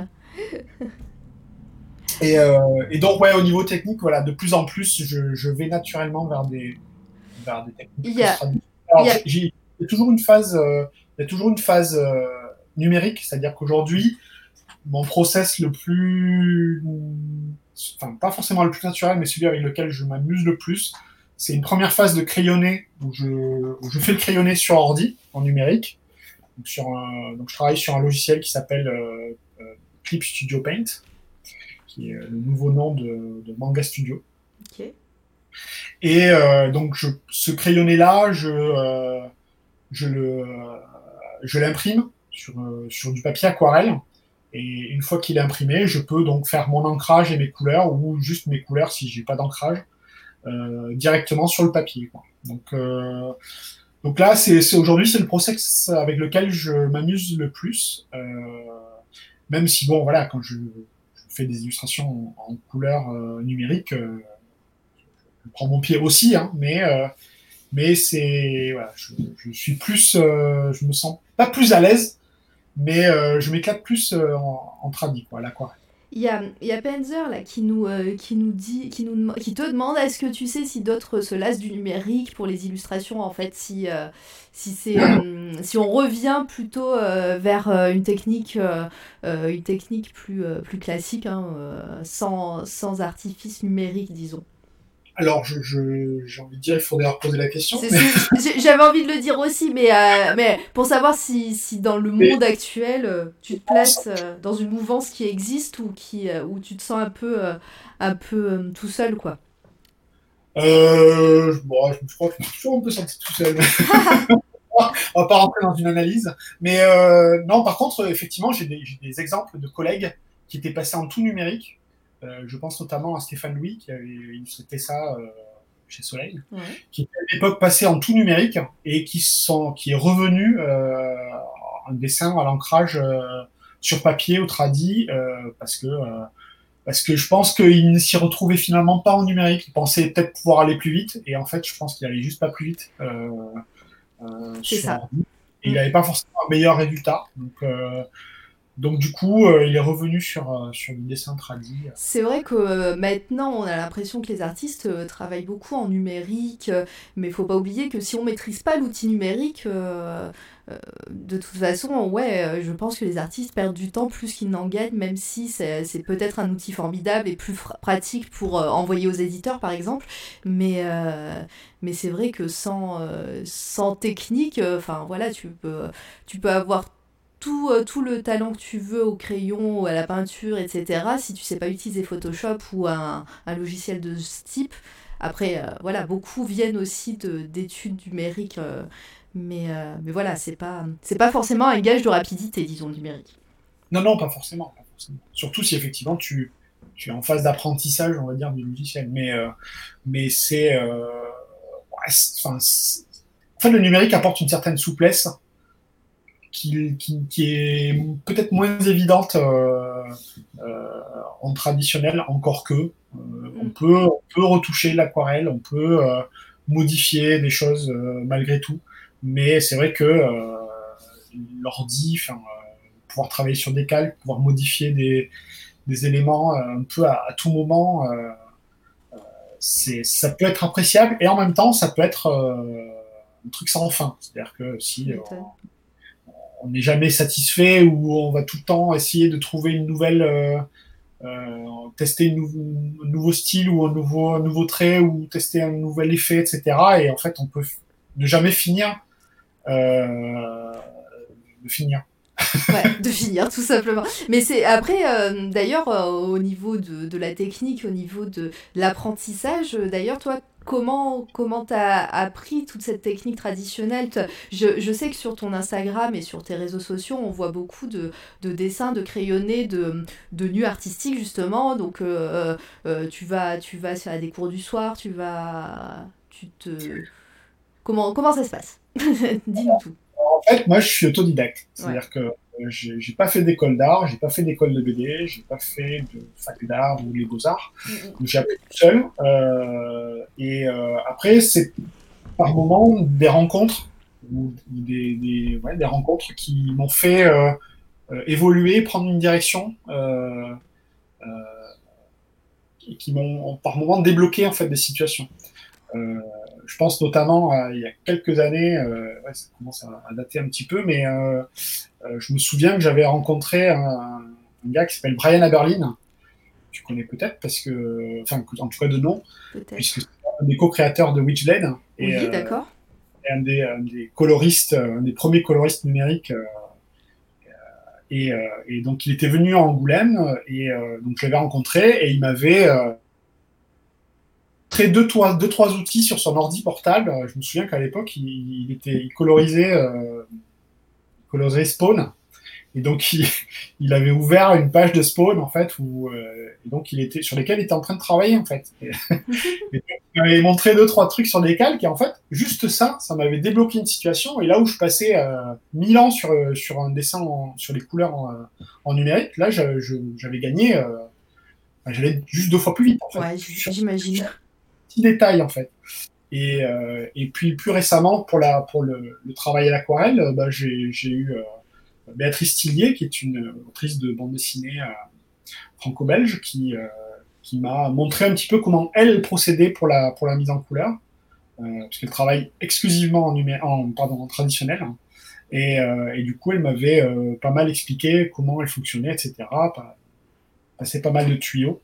et, euh, et donc, ouais, au niveau technique, voilà, de plus en plus, je, je vais naturellement vers des, vers des techniques. Il y a, Alors, il y a... j'ai, j'ai toujours une phase. Euh, Il y a toujours une phase euh, numérique, c'est-à-dire qu'aujourd'hui, mon process le plus, enfin pas forcément le plus naturel, mais celui avec lequel je m'amuse le plus, c'est une première phase de crayonné où je, où je fais le crayonné sur ordi, en numérique. Donc, sur un, donc je travaille sur un logiciel qui s'appelle euh, euh, Clip Studio Paint, qui est le nouveau nom de, de Manga Studio. Okay. Et euh, donc je, ce crayonné-là, je, euh, je le je l'imprime sur, euh, sur du papier aquarelle, et une fois qu'il est imprimé, je peux donc faire mon ancrage et mes couleurs, ou juste mes couleurs si j'ai pas d'ancrage, euh, directement sur le papier, quoi. Donc, euh, donc là, c'est, c'est, aujourd'hui, c'est le process avec lequel je m'amuse le plus, euh, même si, bon, voilà, quand je, je fais des illustrations en, en couleur euh, numérique, euh, je prends mon pied aussi, hein, mais... Euh, Mais c'est voilà, je, je suis plus, euh, je me sens pas plus à l'aise, mais euh, je m'éclate plus euh, en, en tradi, quoi, à l'aquarelle. Il y a, il y a Panzer là qui nous, euh, qui nous dit, qui nous, qui te demande, est-ce que tu sais si d'autres se lassent du numérique pour les illustrations, en fait, si, euh, si c'est, euh, si on revient plutôt euh, vers euh, une technique, euh, une technique plus, euh, plus classique, hein, euh, sans, sans artifice numérique, disons. Alors, je, je, j'ai envie de dire, il faudrait reposer la question. C'est, mais... c'est, j'avais envie de le dire aussi, mais, euh, mais pour savoir si, si dans le monde mais... actuel, euh, tu te places euh, dans une mouvance qui existe ou qui, euh, où tu te sens un peu, euh, un peu euh, tout seul, quoi. Euh, bon, je crois que je me suis toujours un peu senti tout seul. On va pas rentrer dans une analyse. Mais euh, non, par contre, effectivement, j'ai des, j'ai des exemples de collègues qui étaient passés en tout numérique. Euh, je pense notamment à Stéphane Louis, qui avait illustré ça euh, chez Soleil, ouais. Qui était à l'époque passé en tout numérique et qui, sont, qui est revenu euh, un dessin à l'ancrage euh, sur papier au tradi euh, parce que euh, parce que je pense qu'il ne s'y retrouvait finalement pas en numérique. Il pensait peut-être pouvoir aller plus vite et en fait, je pense qu'il allait juste pas plus vite. Euh, Euh, c'est sur ça. ordi. Et il n'avait pas forcément un meilleur résultat. Donc, euh, donc du coup, euh, il est revenu sur, euh, sur du dessin tradi. C'est vrai que euh, maintenant, on a l'impression que les artistes euh, travaillent beaucoup en numérique, euh, mais il faut pas oublier que si on maîtrise pas l'outil numérique, euh, euh, de toute façon, ouais, euh, je pense que les artistes perdent du temps plus qu'ils n'en gagnent, même si c'est, c'est peut-être un outil formidable et plus fr- pratique pour euh, envoyer aux éditeurs, par exemple. Mais, euh, mais c'est vrai que sans, euh, sans technique, enfin euh, voilà, tu peux, tu peux avoir Tout, euh, tout le talent que tu veux au crayon ou à la peinture, et cetera. Si tu sais pas utiliser Photoshop ou un, un logiciel de ce type, après, euh, voilà, beaucoup viennent aussi de, d'études numériques, euh, mais, euh, mais voilà, c'est pas, c'est pas forcément un gage de rapidité, disons, le numérique. Non, non, pas forcément. Pas forcément. Surtout si effectivement tu, tu es en phase d'apprentissage, on va dire, du logiciel. Mais, euh, mais c'est, euh, ouais, c'est, enfin, c'est... En fait, le numérique apporte une certaine souplesse Qui, qui, qui est peut-être moins évidente euh, euh, en traditionnel, encore que euh, mm. on, peut, on peut retoucher l'aquarelle, on peut euh, modifier des choses euh, malgré tout, mais c'est vrai que euh, l'ordi, enfin, euh, pouvoir travailler sur des calques, pouvoir modifier des, des éléments euh, un peu à, à tout moment, euh, euh, c'est, ça peut être appréciable et en même temps ça peut être euh, un truc sans fin, c'est-à-dire que si euh, on n'est jamais satisfait ou on va tout le temps essayer de trouver une nouvelle, euh, euh, tester une nou- un nouveau style ou un nouveau, un nouveau trait ou tester un nouvel effet, et cetera. Et en fait, on peut ne jamais finir euh, de finir. Ouais, de finir tout simplement. Mais c'est après, euh, d'ailleurs, euh, au niveau de, de la technique, au niveau de l'apprentissage, euh, d'ailleurs, toi, comment comment t'as appris toute cette technique traditionnelle? je, je sais que sur ton Instagram et sur tes réseaux sociaux, on voit beaucoup de, de dessins, de crayonnés, de, de nus artistiques justement. Donc, euh, euh, tu vas tu vas à des cours du soir, tu vas tu te comment comment ça se passe? Dis-nous tout. En fait, moi, je suis autodidacte. C'est-à-dire ouais. que euh, j'ai, j'ai pas fait d'école d'art, j'ai pas fait d'école de B D, j'ai pas fait de fac d'art ou les beaux-arts. Mm-hmm. Donc, j'ai appris tout seul. Euh, et euh, après, c'est par moments des rencontres, ou des, des, ouais, des rencontres qui m'ont fait euh, euh, évoluer, prendre une direction, euh, euh, et qui m'ont par moments débloqué en fait des situations. Euh, je pense notamment à, il y a quelques années, euh, ouais, ça commence à, à dater un petit peu, mais euh, euh, je me souviens que j'avais rencontré un, un gars qui s'appelle Brian Aberlin. Tu connais peut-être parce que, enfin, en tout cas de nom, peut-être. Puisque c'est un des co-créateurs de Witchblade. Oui, et, d'accord. Euh, et un des, un des coloristes, un des premiers coloristes numériques. Euh, et, euh, et donc il était venu à Angoulême et euh, donc je l'avais rencontré et il m'avait euh, deux trois, deux, trois outils sur son ordi portable. Je me souviens qu'à l'époque, il, il, était, il colorisait, euh, il colorisait Spawn. Et donc, il, il avait ouvert une page de Spawn, en fait, où, euh, et donc il était, sur lesquels il était en train de travailler, en fait. Et, et il m'avait montré deux, trois trucs sur des calques, et en fait, juste ça, ça m'avait débloqué une situation. Et là où je passais euh, mille ans sur, sur un dessin, en, sur les couleurs en, en numérique, là, je, je, j'avais gagné, euh, j'allais juste deux fois plus vite, en fait. Ouais, j'imagine. Détails en fait. Et, euh, et puis plus récemment pour, la, pour le, le travail à l'aquarelle, bah, j'ai, j'ai eu euh, Béatrice Tillier qui est une autrice de bande dessinée euh, franco-belge qui, euh, qui m'a montré un petit peu comment elle procédait pour la, pour la mise en couleur, euh, parce qu'elle travaille exclusivement en, numé- en, pardon, en traditionnel. Et, euh, et du coup elle m'avait euh, pas mal expliqué comment elle fonctionnait, et cetera. Passé pas mal de tuyaux.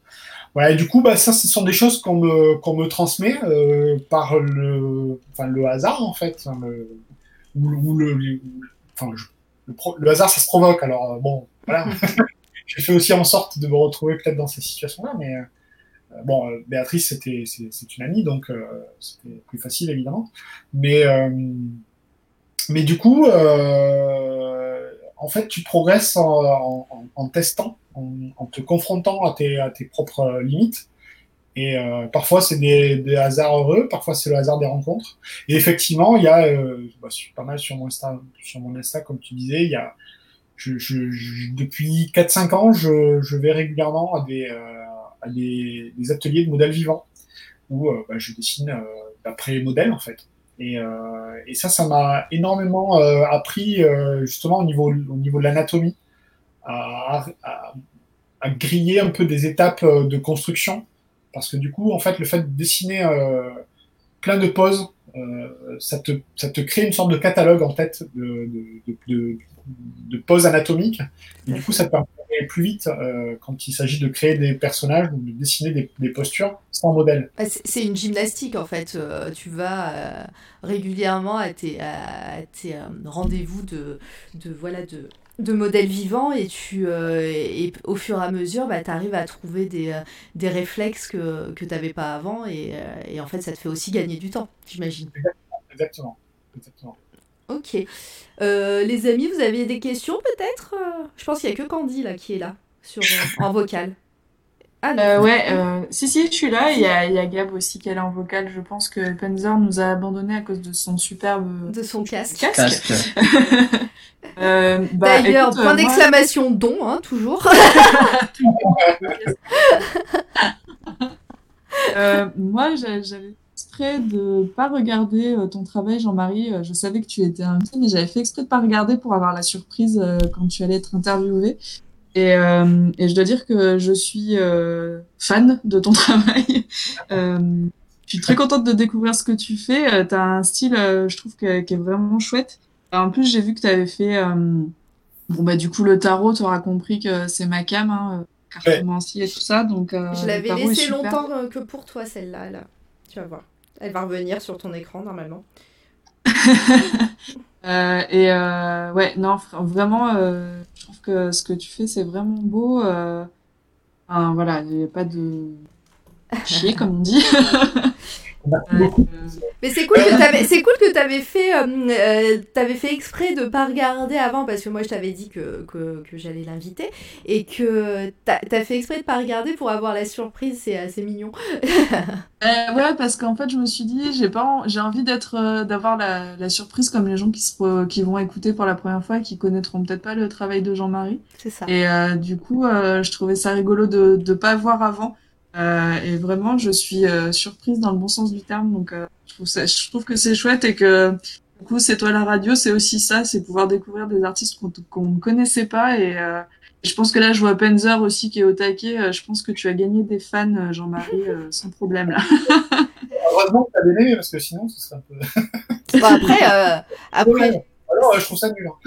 Ouais, du coup, bah, ça, ce sont des choses qu'on me, qu'on me transmet euh, par le, enfin, le hasard, en fait. Hein, le, ou, ou le, le, enfin, je, le, pro, le hasard, ça se provoque. Alors, euh, bon, voilà. J'ai fait aussi en sorte de me retrouver peut-être dans ces situations-là, mais euh, bon, euh, Béatrice, c'était, c'est, c'est une amie, donc euh, c'était plus facile, évidemment. Mais, euh, mais du coup, euh, en fait, tu progresses en, en, en testant, en, en te confrontant à tes, à tes propres limites. Et euh, parfois, c'est des, des hasards heureux, parfois, c'est le hasard des rencontres. Et effectivement, il y a, euh, bah, pas mal sur mon Insta, sur mon Insta, comme tu disais, il y a, je, je, je, depuis quatre cinq ans, je, je vais régulièrement à des, euh, à des, des ateliers de modèles vivants où euh, bah, je dessine euh, d'après modèles, en fait. Et, euh, et ça, ça m'a énormément euh, appris, euh, justement, au niveau, au niveau de l'anatomie, à, à, à griller un peu des étapes de construction. Parce que du coup, en fait, le fait de dessiner euh, plein de poses, euh, ça, te, ça te crée une sorte de catalogue, en fait, de, de, de, de, de poses anatomiques. Et du coup, ça te permet d'aller plus vite euh, quand il s'agit de créer des personnages ou de dessiner des, des postures sans modèle. C'est une gymnastique, en fait. Euh, tu vas euh, régulièrement à tes, à tes euh, rendez-vous de, de, voilà, de, de modèles vivants et, tu, euh, et, et au fur et à mesure, bah, tu arrives à trouver des, euh, des réflexes que, que tu n'avais pas avant et, euh, et en fait, ça te fait aussi gagner du temps, j'imagine. Exactement. Exactement. Ok. Euh, les amis, vous aviez des questions peut-être? Je pense qu'il n'y a que Candy là, qui est là, sur, euh, en vocal. Ah, euh, ouais, euh, si, si, je suis là. Il y a, il y a Gab aussi qui est là en vocal. Je pense que Panzer nous a abandonnés à cause de son superbe... De son casque. casque. casque. euh, bah, D'ailleurs, point euh, d'exclamation moi... don, hein, toujours. euh, moi, j'avais exprès de pas regarder ton travail, Jean-Marie. Je savais que tu étais invité, mais j'avais fait exprès de pas regarder pour avoir la surprise quand tu allais être interviewé. Et, euh, et je dois dire que je suis euh, fan de ton travail. Euh, je suis très contente de découvrir ce que tu fais. Tu as un style, euh, je trouve, qui est, qui est vraiment chouette. En plus, j'ai vu que tu avais fait... Euh, bon, bah du coup, le tarot, tu auras compris que c'est ma cam, hein, cartomancie et tout ça. Donc, euh, je l'avais laissé longtemps euh, que pour toi, celle-là. Là. Tu vas voir. Elle va revenir sur ton écran, normalement. Euh, et euh, ouais, non, vraiment, euh, je trouve que ce que tu fais, c'est vraiment beau. Euh, enfin, voilà, il n'y a pas de chier, comme on dit. euh, mais c'est cool que t'avais, c'est cool que t'avais fait, euh, t'avais fait exprès de pas regarder avant parce que moi je t'avais dit que que, que j'allais l'inviter et que t'as, t'as fait exprès de pas regarder pour avoir la surprise. C'est assez mignon. euh, ouais, parce qu'en fait je me suis dit j'ai pas, j'ai envie d'être, euh, d'avoir la, la surprise comme les gens qui se, qui vont écouter pour la première fois et qui connaîtront peut-être pas le travail de Jean-Marie. C'est ça. Et euh, du coup, euh, je trouvais ça rigolo de de pas voir avant. Euh, et vraiment, je suis euh, surprise dans le bon sens du terme. Donc, euh, je, trouve ça, je trouve que c'est chouette et que du coup, c'est toi la radio, c'est aussi ça, c'est pouvoir découvrir des artistes qu'on qu'on ne connaissait pas. Et, euh, et je pense que là, je vois Panzer aussi qui est au taquet. Euh, je pense que tu as gagné des fans, Jean-Marie, euh, sans problème là. Heureusement que tu as donné parce que sinon, ce serait un peu. Bon, après, euh, après. Ouais. Alors, je trouve ça nul.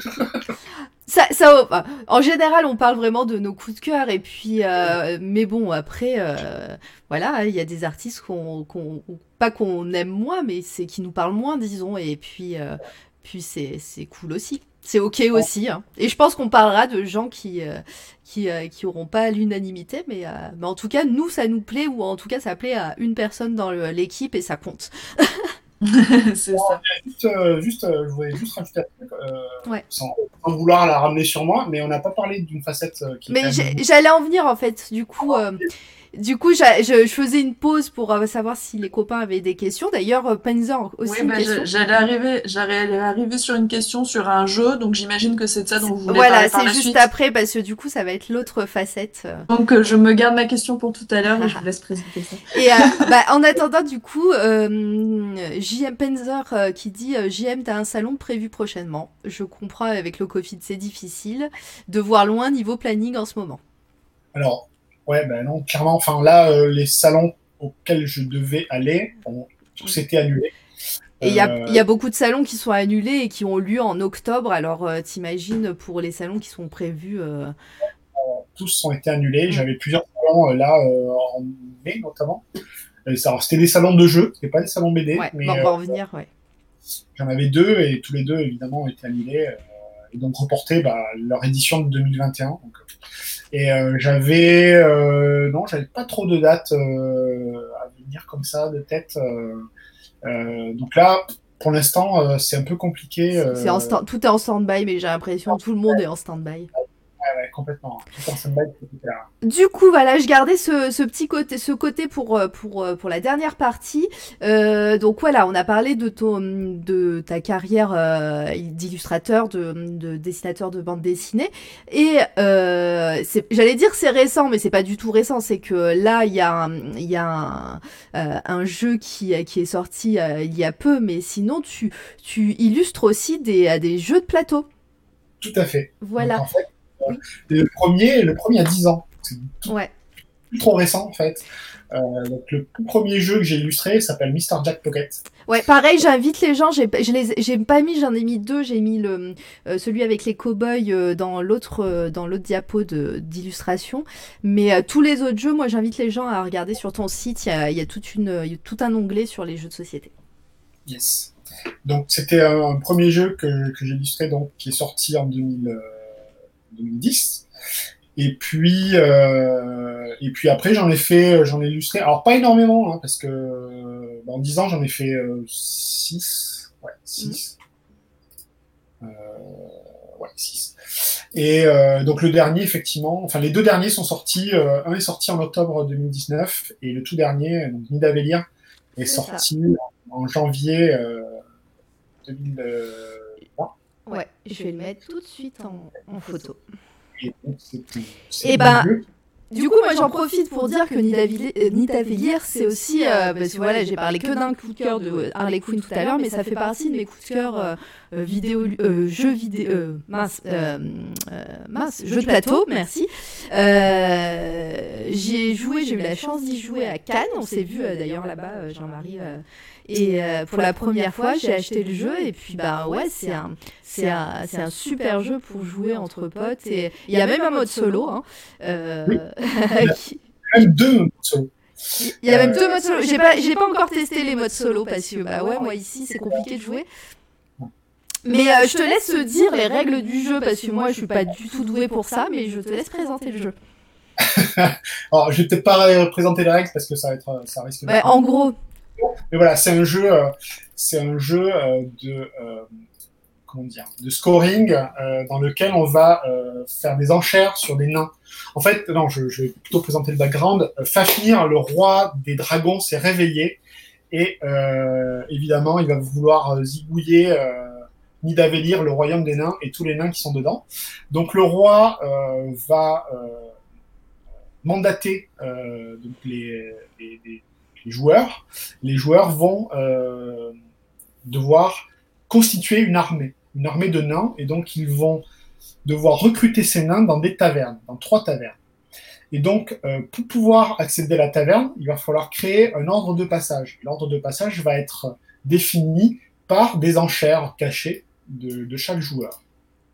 Ça, ça, en général, on parle vraiment de nos coups de cœur, et puis, euh, mais bon, après, euh, voilà, il y a des artistes qu'on, qu'on, pas qu'on aime moins, mais c'est qui nous parlent moins, disons, et puis, euh, puis c'est, c'est cool aussi. C'est ok aussi, hein. Et je pense qu'on parlera de gens qui, euh, qui, euh, qui auront pas l'unanimité, mais, euh, mais en tout cas, nous, ça nous plaît, ou en tout cas, ça plaît à une personne dans le, l'équipe, et ça compte. C'est ça. Juste, euh, juste euh, je voulais juste rajouter un truc, euh, ouais. sans, sans vouloir la ramener sur moi, mais on n'a pas parlé d'une facette euh, qui. Mais j'allais en venir en fait. Du coup, euh, du coup, je, je faisais une pause pour euh, savoir si les copains avaient des questions. D'ailleurs, euh, Panzer aussi. Oui, une bah, question. J'allais arriver, j'allais arriver sur une question sur un jeu, donc j'imagine que c'est de ça dont vous voulez voilà, parler par la suite. suite. Voilà, c'est juste après parce que du coup, ça va être l'autre facette. Euh... Donc, euh, je me garde ma question pour tout à l'heure et je vous laisse présenter ça. Et euh, bah, en attendant, du coup, euh, J M Panzer euh, qui dit euh, J M, t'as un salon prévu prochainement. Je comprends, avec le Covid, c'est difficile de voir loin niveau planning en ce moment. Alors, ouais, ben non, clairement. Enfin, là, euh, les salons auxquels je devais aller ont tous été annulés. Et il euh... y, y a beaucoup de salons qui sont annulés et qui ont lieu en octobre. Alors, euh, t'imagines pour les salons qui sont prévus. Euh... Tous ont été annulés. Mmh. J'avais plusieurs salons euh, là euh, en mai notamment. Et ça, alors, c'était des salons de jeux, c'était pas des salons B D. Ouais, mais bon, on va euh, en revenir, ouais. j'en avais deux et tous les deux évidemment ont été annulés euh, et donc reportés bah, leur édition de deux mille vingt et un. Donc, et euh, j'avais euh, non, j'avais pas trop de dates euh, à venir comme ça de tête. Euh, euh, donc là, pour l'instant, euh, c'est un peu compliqué. Euh... C'est en stand... Tout est en stand-by, mais j'ai l'impression que tout le monde est en stand-by. Ouais, ouais, complètement. Tout en stand-by, c'est clair. Du coup, voilà, je gardais ce, ce petit côté, ce côté pour pour pour la dernière partie. Euh, donc voilà, on a parlé de ton de ta carrière euh, d'illustrateur, de, de dessinateur de bande dessinée. Et euh, j'allais dire c'est récent, mais c'est pas du tout récent. C'est que là, il y a un, il y a un, euh, un jeu qui qui est sorti euh, il y a peu, mais sinon tu tu illustres aussi des des jeux de plateau. Tout à fait. Voilà. Donc, en fait, oui. le premier, le premier a dix ans. C'est tout, ouais. plus trop récent en fait. Euh, donc le tout premier jeu que j'ai illustré s'appelle Mister Jack Pocket. Ouais, pareil, j'invite les gens. J'ai, je les, j'ai pas mis, j'en ai mis deux. J'ai mis le euh, celui avec les cow-boys euh, dans l'autre euh, dans l'autre diapo de d'illustration. Mais euh, tous les autres jeux, moi, j'invite les gens à regarder sur ton site. Il y a, il y a toute une, il y a tout un onglet sur les jeux de société. Yes. Donc c'était un, un premier jeu que, que j'ai illustré, donc qui est sorti en deux mille, euh, deux mille dix. Et puis, euh, et puis après, j'en ai fait, j'en ai illustré. Alors pas énormément, hein, parce que euh, en dix ans, j'en ai fait six, euh, ouais, six, mmh. euh, ouais, six. Et euh, donc le dernier, effectivement, enfin les deux derniers sont sortis. Euh, un est sorti en octobre deux mille dix-neuf et le tout dernier, donc Nidavellir, est C'est sorti ça. en janvier euh, deux mille vingt. Ouais, je vais le mettre tout de suite en, en photo. Et, et ben, du coup, moi j'en profite pour dire que Nidavellir, c'est aussi, euh, parce que voilà, j'ai parlé que d'un coup de cœur de Harley Quinn tout à l'heure, mais ça fait partie de mes coups de cœur euh, vidéo, euh, jeux vidéo, euh, mince, euh, euh, mince, jeux de plateau, merci. Euh, j'y ai joué, j'ai eu la chance d'y jouer à Cannes, on s'est vu euh, d'ailleurs là-bas, euh, Jean-Marie. Euh, Et euh, pour la première fois, j'ai acheté le jeu et puis bah ouais, c'est un, c'est un, c'est un super jeu pour jouer entre potes. Et il y a même un mode solo. Hein, euh, oui. qui... Il y a même deux modes solo. Il y a même deux modes solo. J'ai pas, j'ai pas encore testé les modes solo parce que bah ouais, moi ici c'est compliqué de jouer. Mais euh, je te laisse dire les règles du jeu parce que moi je suis pas du tout douée pour ça, mais je te laisse présenter le jeu. Alors je vais peut-être pas présenter les règles parce que ça va être, ça risque. Ouais, en gros. Mais voilà, c'est un jeu, euh, c'est un jeu euh, de euh, comment dire, de scoring euh, dans lequel on va euh, faire des enchères sur des nains. En fait, non, je, je vais plutôt présenter le background. Fafnir, le roi des dragons, s'est réveillé et euh, évidemment, il va vouloir zigouiller euh, Nidavellir, le royaume des nains, et tous les nains qui sont dedans. Donc le roi euh, va euh, mandater euh, donc les, les, les les joueurs, les joueurs vont euh, devoir constituer une armée, une armée de nains, et donc ils vont devoir recruter ces nains dans des tavernes, dans trois tavernes. Et donc, euh, pour pouvoir accéder à la taverne, il va falloir créer un ordre de passage. L'ordre de passage va être défini par des enchères cachées de, de chaque joueur.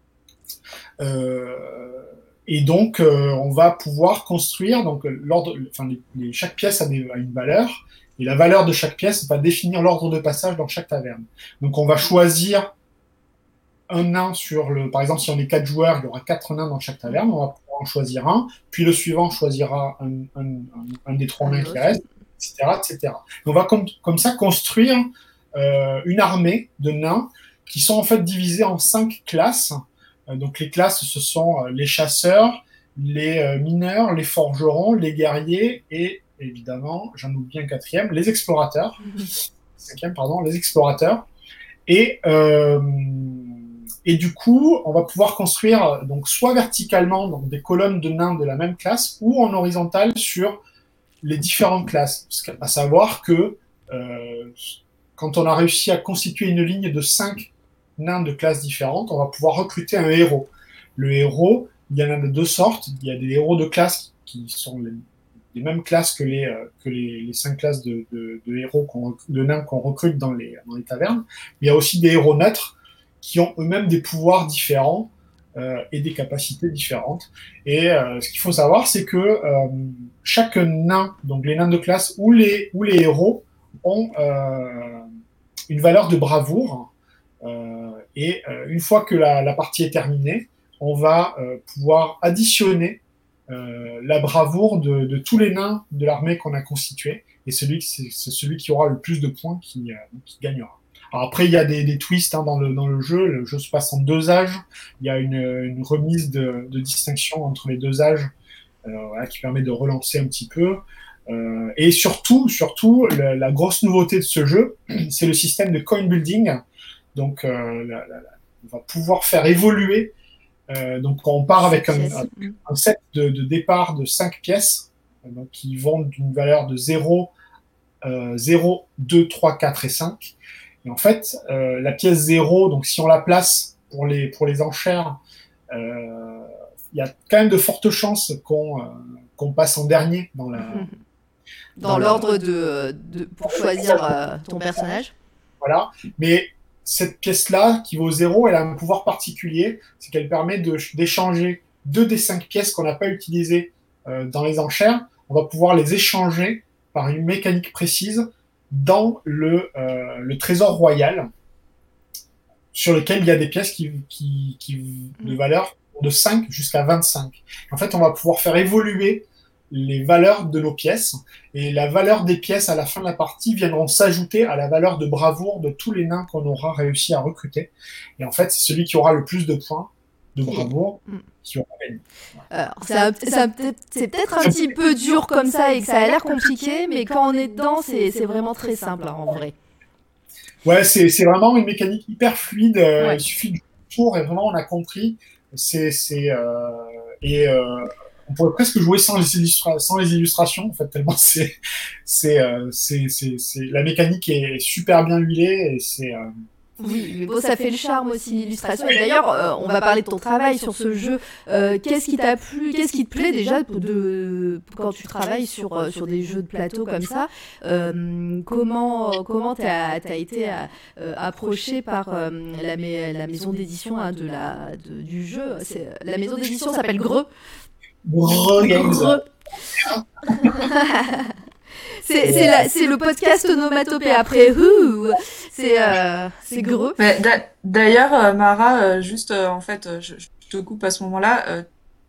Euh, Et donc, euh, on va pouvoir construire, donc l'ordre, enfin, les, les, chaque pièce a, des, a une valeur, et la valeur de chaque pièce va définir l'ordre de passage dans chaque taverne. Donc, on va choisir un nain sur le, par exemple, si on est quatre joueurs, il y aura quatre nains dans chaque taverne, on va pouvoir en choisir un, puis le suivant choisira un, un, un, un des trois nains qui restent, et cetera, et cetera. On va comme, comme ça construire euh, une armée de nains qui sont en fait divisés en cinq classes. Donc les classes, ce sont les chasseurs, les mineurs, les forgerons, les guerriers et évidemment, j'en oublie un quatrième, les explorateurs. Mm-hmm. Cinquième, pardon, les explorateurs. Et, euh, et du coup, on va pouvoir construire donc soit verticalement donc des colonnes de nains de la même classe ou en horizontal sur les différentes classes. À savoir que euh, quand on a réussi à constituer une ligne de cinq nains de classes différentes, on va pouvoir recruter un héros. Le héros, il y en a de deux sortes. Il y a des héros de classe qui sont les, les mêmes classes que les, euh, que les, les cinq classes de, de, de héros, qu'on, de nains qu'on recrute dans les, dans les tavernes. Mais il y a aussi des héros neutres qui ont eux-mêmes des pouvoirs différents euh, et des capacités différentes. Et euh, ce qu'il faut savoir, c'est que euh, chaque nain, donc les nains de classe ou les, ou les héros, ont euh, une valeur de bravoure. Euh, et euh, une fois que la, la partie est terminée, on va euh, pouvoir additionner euh, la bravoure de, de tous les nains de l'armée qu'on a constitué. Et celui, c'est, c'est celui qui aura le plus de points qui, euh, qui gagnera. Alors après, il y a des, des twists hein, dans, le, dans le jeu. Le jeu se passe en deux âges. Il y a une, une remise de, de distinction entre les deux âges euh, voilà, qui permet de relancer un petit peu. Euh, et surtout, surtout le, la grosse nouveauté de ce jeu, c'est le système de coin building. Donc, euh, la, la, la, on va pouvoir faire évoluer. Euh, donc, on part avec un, un, un set de, de départ de cinq pièces donc, qui vont d'une valeur de zéro, euh, zéro, deux, trois, quatre et cinq. Et en fait, euh, la pièce zéro, donc si on la place pour les, pour les enchères, il euh, y a quand même de fortes chances qu'on, euh, qu'on passe en dernier dans la... Dans, dans l'ordre la... de, de, pour choisir euh, ton personnage. Voilà, mais cette pièce-là, qui vaut zéro, elle a un pouvoir particulier, c'est qu'elle permet de, d'échanger deux des cinq pièces qu'on n'a pas utilisées euh, dans les enchères. On va pouvoir les échanger par une mécanique précise dans le, euh, le trésor royal, sur lequel il y a des pièces qui, qui, qui de valeur de cinq jusqu'à vingt-cinq. En fait, on va pouvoir faire évoluer les valeurs de nos pièces, et la valeur des pièces à la fin de la partie viendront s'ajouter à la valeur de bravoure de tous les nains qu'on aura réussi à recruter. Et en fait, c'est celui qui aura le plus de points de bravoure qui aura gagné. Alors, ça, ça, c'est peut-être un petit peu dur comme ça et que ça a l'air compliqué, mais quand on est dedans, c'est, c'est vraiment très simple hein, en vrai. Ouais, c'est, c'est vraiment une mécanique hyper fluide. Ouais. Il suffit du tour et vraiment on a compris. C'est, c'est, euh, et euh, on pourrait presque jouer sans les, illustra- sans les illustrations, en fait, tellement c'est, c'est, euh, c'est, c'est, c'est, la mécanique est super bien huilée et c'est. Euh, Oui, mais bon, ça fait le charme aussi, l'illustration. Et d'ailleurs, euh, on va parler de ton travail sur ce jeu. Euh, qu'est-ce qui t'a plu, qu'est-ce qui te plaît déjà de, quand tu travailles sur, euh, sur des jeux de plateau comme ça euh, Comment comment t'as, t'as été euh, approché par euh, la, la maison d'édition hein, de la, de, du jeu c'est, La maison d'édition s'appelle Greux. Greux Games. C'est, c'est, la, c'est le podcast onomatopée après ouh, c'est, euh, c'est Greux. Mais d'a- d'ailleurs, euh, Mara, euh, juste euh, en fait, euh, je, je te coupe à ce moment-là. Euh,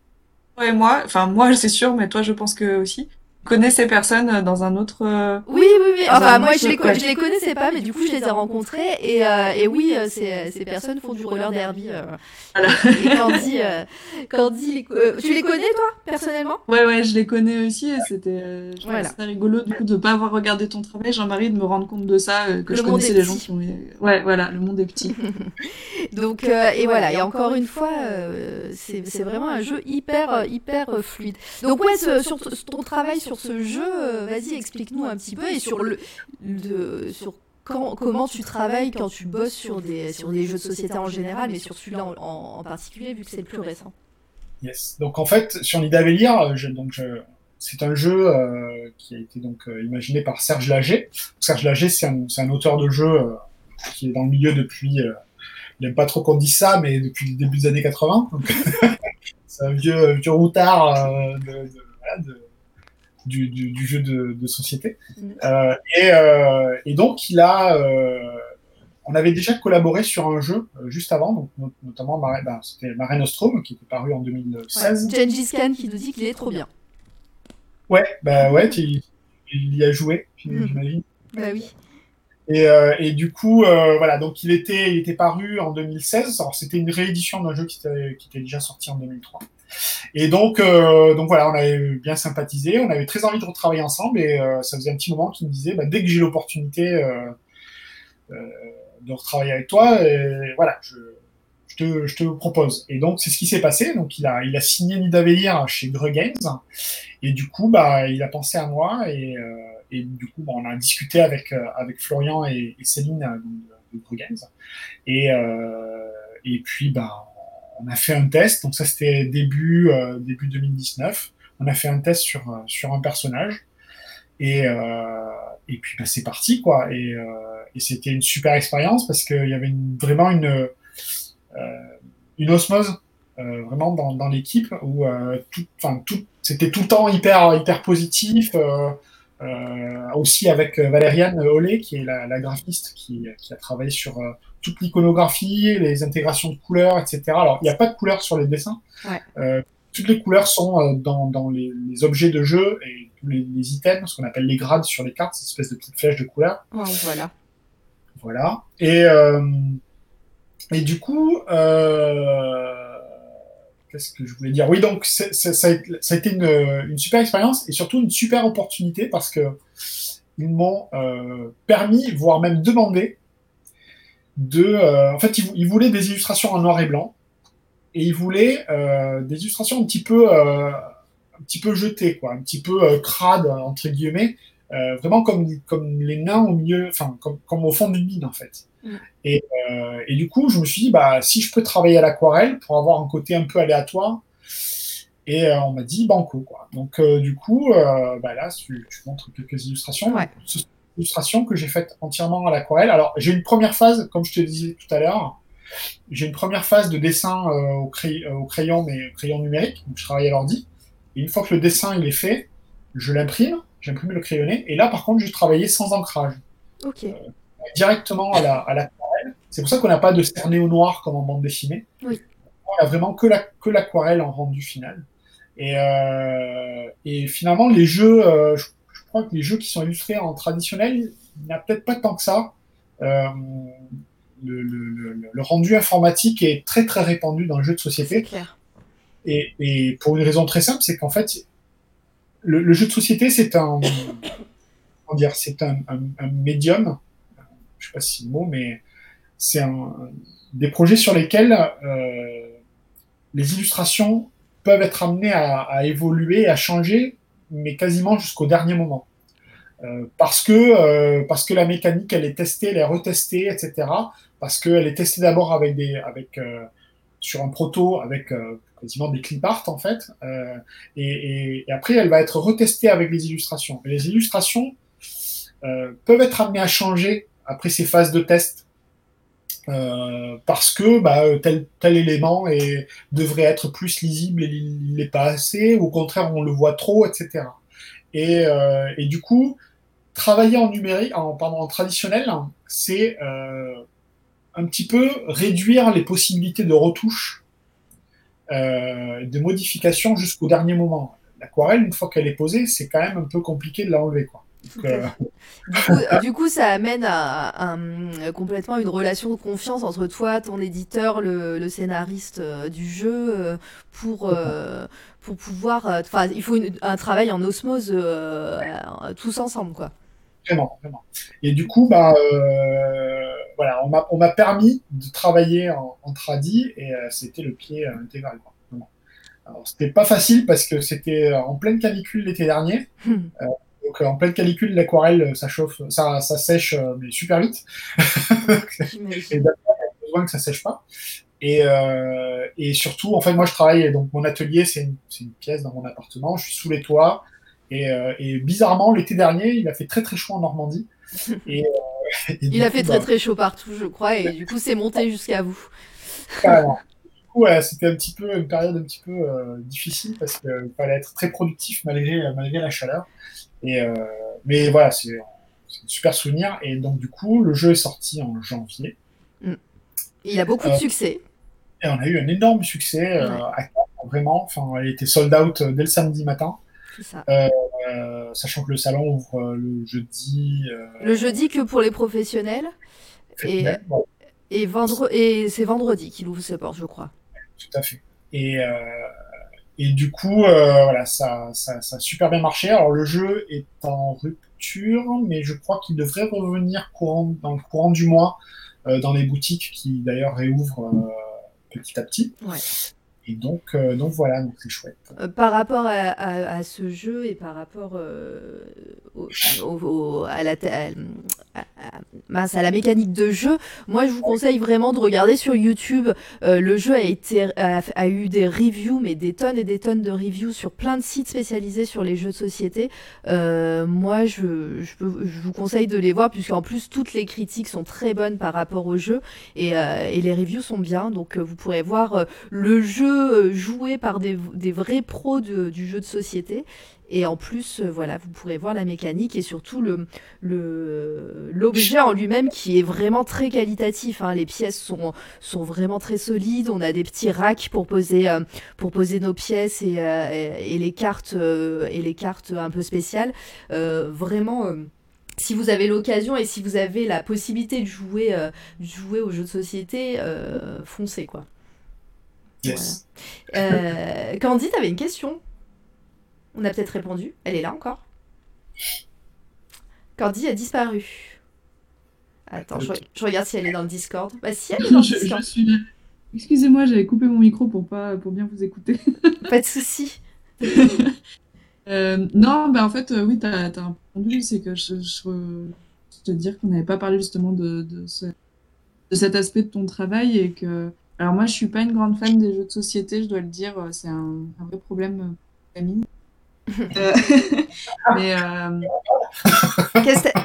toi et moi, enfin moi c'est sûr, mais toi je pense que aussi, tu connais ces personnes dans un autre. Euh... Oui, oui, oui. Enfin, moi je les, co- je les connaissais pas, mais du coup je les ai rencontrés et, euh, et oui, euh, ces, ces personnes font du roller derby. Euh, voilà. Et Candy, euh, Candy euh, tu les connais toi personnellement ? Ouais, ouais, je les connais aussi et c'était, euh, je Voilà. c'était rigolo du coup de pas avoir regardé ton travail, Jean-Marie, de me rendre compte de ça, euh, que Le je monde connaissais est les petit. gens qui ont. Ouais, voilà, le monde est petit. Donc euh, et voilà, et encore une fois, euh, c'est, c'est vraiment un jeu hyper hyper euh, fluide. Donc ouais, ce, sur t- ton travail sur ce jeu, euh, vas-y, explique-nous un petit peu et sur le, le sur quand, comment tu travailles quand tu bosses sur des sur des jeux de société en général, mais sur celui-là en, en, en particulier vu que c'est le plus récent. Yes. Donc en fait, sur Nidavellir, je, donc je, c'est un jeu euh, qui a été donc euh, imaginé par Serge Lager. Serge Lager, c'est un, c'est un auteur de jeu euh, qui est dans le milieu depuis. Euh, il n'aime pas trop qu'on dise ça, mais depuis le début des années quatre-vingts. Donc, c'est un vieux, vieux routard euh, de, de, voilà, de, du, du, du jeu de, de société. Mmh. Euh, et, euh, et donc, il a. Euh, on avait déjà collaboré sur un jeu euh, juste avant, donc, not- notamment Mare, ben, c'était Mare Nostrum qui était paru en deux mille seize. Ouais, Gengis Khan qui nous dit qu'il est trop bien. Ouais, bah ouais, tu, il y a joué, j'imagine. Bah oui. Et, euh, et du coup, euh, voilà, donc il était, il était paru en deux mille seize. Alors c'était une réédition d'un jeu qui était, qui était déjà sorti en deux mille trois. Et donc, euh, donc voilà, on avait bien sympathisé, on avait très envie de retravailler ensemble, et euh, ça faisait un petit moment qu'il me disait, bah, dès que j'ai l'opportunité euh, euh, de retravailler avec toi, et voilà, je, je te, je te propose. Et donc c'est ce qui s'est passé. Donc il a, il a signé Nidavellir chez Greux Games, et du coup, bah, il a pensé à moi, et euh, Et du coup, bon, on a discuté avec, euh, avec Florian et, et Céline euh, de, de Greux Games. Et, euh, et puis, bah, on a fait un test. Donc ça, c'était début, euh, début deux mille dix-neuf. On a fait un test sur, sur un personnage. Et, euh, et puis, bah, c'est parti, quoi. Et, euh, et c'était une super expérience parce qu'il y avait une, vraiment une, euh, une osmose euh, vraiment dans, dans l'équipe où euh, tout, enfin, tout, c'était tout le temps hyper, hyper positif. Euh, euh, aussi avec Valériane Ollet, qui est la, la graphiste qui, qui a travaillé sur euh, toute l'iconographie, les intégrations de couleurs, et cetera. Alors, il n'y a pas de couleurs sur les dessins. Ouais. Euh, toutes les couleurs sont euh, dans, dans les, les objets de jeu et tous les, les items, ce qu'on appelle les grades sur les cartes, cette espèce de petites flèches de couleurs. Oh, voilà. Voilà. Et, euh, et du coup, euh, qu'est-ce que je voulais dire? Oui, donc c'est, c'est, ça, a été, ça a été une, une super expérience et surtout une super opportunité parce que ils m'ont euh, permis, voire même demandé, de. Euh, en fait, ils, ils voulaient des illustrations en noir et blanc et ils voulaient euh, des illustrations un petit peu, euh, un petit peu jetées, quoi, un petit peu euh, crades entre guillemets, euh, vraiment comme comme les nains au milieu, enfin comme comme au fond d'une mine en fait. Mm. Et, euh, et du coup, je me suis dit, bah, si je peux travailler à l'aquarelle pour avoir un côté un peu aléatoire, et euh, on m'a dit banco, quoi. Donc, euh, du coup, euh, bah, là, tu, tu montres quelques illustrations. Ouais. Ce sont des illustrations que j'ai faites entièrement à l'aquarelle. Alors, j'ai une première phase, comme je te disais tout à l'heure, j'ai une première phase de dessin euh, au, cray- au crayon, mais crayon numérique, donc je travaille à l'ordi. Et une fois que le dessin il est fait, je l'imprime, j'imprime le crayonné, et là, par contre, je travaillais sans ancrage. Ok. Euh, directement à, la, à l'aquarelle. C'est pour ça qu'on n'a pas de cerné au noir comme en bande dessinée. Oui. On a vraiment que, la, que l'aquarelle en rendu final. Et, euh, et finalement, les jeux, euh, je, je crois que les jeux qui sont illustrés en traditionnel, il n'y a peut-être pas tant que ça. Euh, le, le, le, le rendu informatique est très très répandu dans le jeu de société. C'est clair. Et, et pour une raison très simple, c'est qu'en fait, le, le jeu de société, c'est un, comment dire, c'est un, un, un médium. Je sais pas si c'est le mot, mais c'est un, des projets sur lesquels euh, les illustrations peuvent être amenées à, à évoluer, à changer, mais quasiment jusqu'au dernier moment. Euh, parce que euh, parce que la mécanique, elle est testée, elle est retestée, et cetera. Parce qu'elle est testée d'abord avec des avec euh, sur un proto avec euh, quasiment des clip art en fait, euh, et, et, et après elle va être retestée avec les illustrations. Et les illustrations euh, peuvent être amenées à changer après ces phases de test, euh, parce que bah, tel, tel élément est, devrait être plus lisible et il n'est pas assez, ou au contraire on le voit trop, et cetera. Et, euh, et du coup, travailler en numérique, en, pardon, en traditionnel, c'est euh, un petit peu réduire les possibilités de retouche, euh, de modification jusqu'au dernier moment. L'aquarelle, une fois qu'elle est posée, c'est quand même un peu compliqué de l'enlever, quoi. Donc, euh... du, coup, du coup, ça amène à, à, à complètement une relation de confiance entre toi, ton éditeur, le, le scénariste euh, du jeu, euh, pour, euh, pour pouvoir... Enfin, euh, il faut une, un travail en osmose euh, tous ensemble, quoi. Vraiment, vraiment. Et du coup, bah, euh, voilà, on m'a, on m'a permis de travailler en, en tradi, et euh, c'était le pied euh, intégral, quoi. Vraiment. Alors, c'était pas facile parce que c'était en pleine canicule l'été dernier. euh, Donc, en pleine canicule, l'aquarelle, ça chauffe, ça, ça sèche, mais super vite. Et d'après, il y a besoin que ça sèche pas. Et, euh, et surtout, en fait, moi, je travaille, donc mon atelier, c'est une, c'est une pièce dans mon appartement. Je suis sous les toits. Et, euh, et bizarrement, l'été dernier, il a fait très très chaud en Normandie. Et, euh, et il a coup, fait bah, très très chaud partout, je crois. Et du coup, c'est monté jusqu'à vous. Carrément. Du coup, ouais, c'était un petit peu une période un petit peu euh, difficile parce qu'il fallait être très productif malgré, malgré la chaleur. Et, euh, mais voilà, c'est, c'est un super souvenir. Et donc, du coup, le jeu est sorti en janvier. Mm. Il a beaucoup euh, de succès. Et on a eu un énorme succès. Euh, ouais. à, vraiment, enfin, elle était sold out dès le samedi matin. C'est ça. Euh, euh, sachant que le salon ouvre le jeudi. Euh, le jeudi que pour les professionnels. Et, bon. et, vendre, et c'est vendredi qu'il ouvre ses portes, je crois. Tout à fait. Et. Euh, Et du coup, euh, voilà, ça, ça, ça a super bien marché. Alors le jeu est en rupture, mais je crois qu'il devrait revenir courant, dans le courant du mois euh, dans les boutiques qui d'ailleurs réouvrent euh, petit à petit. Ouais. Et donc, euh, donc voilà, donc c'est chouette. Euh, par rapport à, à, à ce jeu et par rapport euh, au, au, au, à, la, à, à, mince, à la mécanique de jeu, moi je vous conseille vraiment de regarder sur YouTube. Euh, le jeu a, été, a, a eu des reviews, mais des tonnes et des tonnes de reviews sur plein de sites spécialisés sur les jeux de société. Euh, moi je, je, peux, je vous conseille de les voir, puisqu'en plus toutes les critiques sont très bonnes par rapport au jeu et, euh, et les reviews sont bien. Donc euh, vous pourrez voir euh, le jeu jeu joué par des, des vrais pros de, du jeu de société. Et en plus, euh, voilà, vous pourrez voir la mécanique et surtout le, le, l'objet en lui-même qui est vraiment très qualitatif. Hein. Les pièces sont, sont vraiment très solides. On a des petits racks pour poser, euh, pour poser nos pièces et, euh, et, et, les cartes, euh, et les cartes un peu spéciales. Euh, vraiment... Euh, si vous avez l'occasion et si vous avez la possibilité de jouer, euh, de jouer aux jeux de société, euh, foncez, quoi. Yes. Voilà. Euh, Candy, t'avais une question? On a peut-être répondu. Elle est là encore. Candy a disparu. Attends, je, je regarde si elle est dans le Discord. Bah si, elle est dans le je, Discord. Je suis là. Excusez-moi, j'avais coupé mon micro pour, pas, pour bien vous écouter. Pas de souci. Euh, non, bah en fait, euh, oui, t'as, t'as répondu, c'est que je, je, je te dire qu'on n'avait pas parlé justement de, de, ce, de cet aspect de ton travail et que, alors moi, je suis pas une grande fan des jeux de société, je dois le dire, c'est un, un vrai problème pour la famille. euh, mais, euh, Qu'est-ce que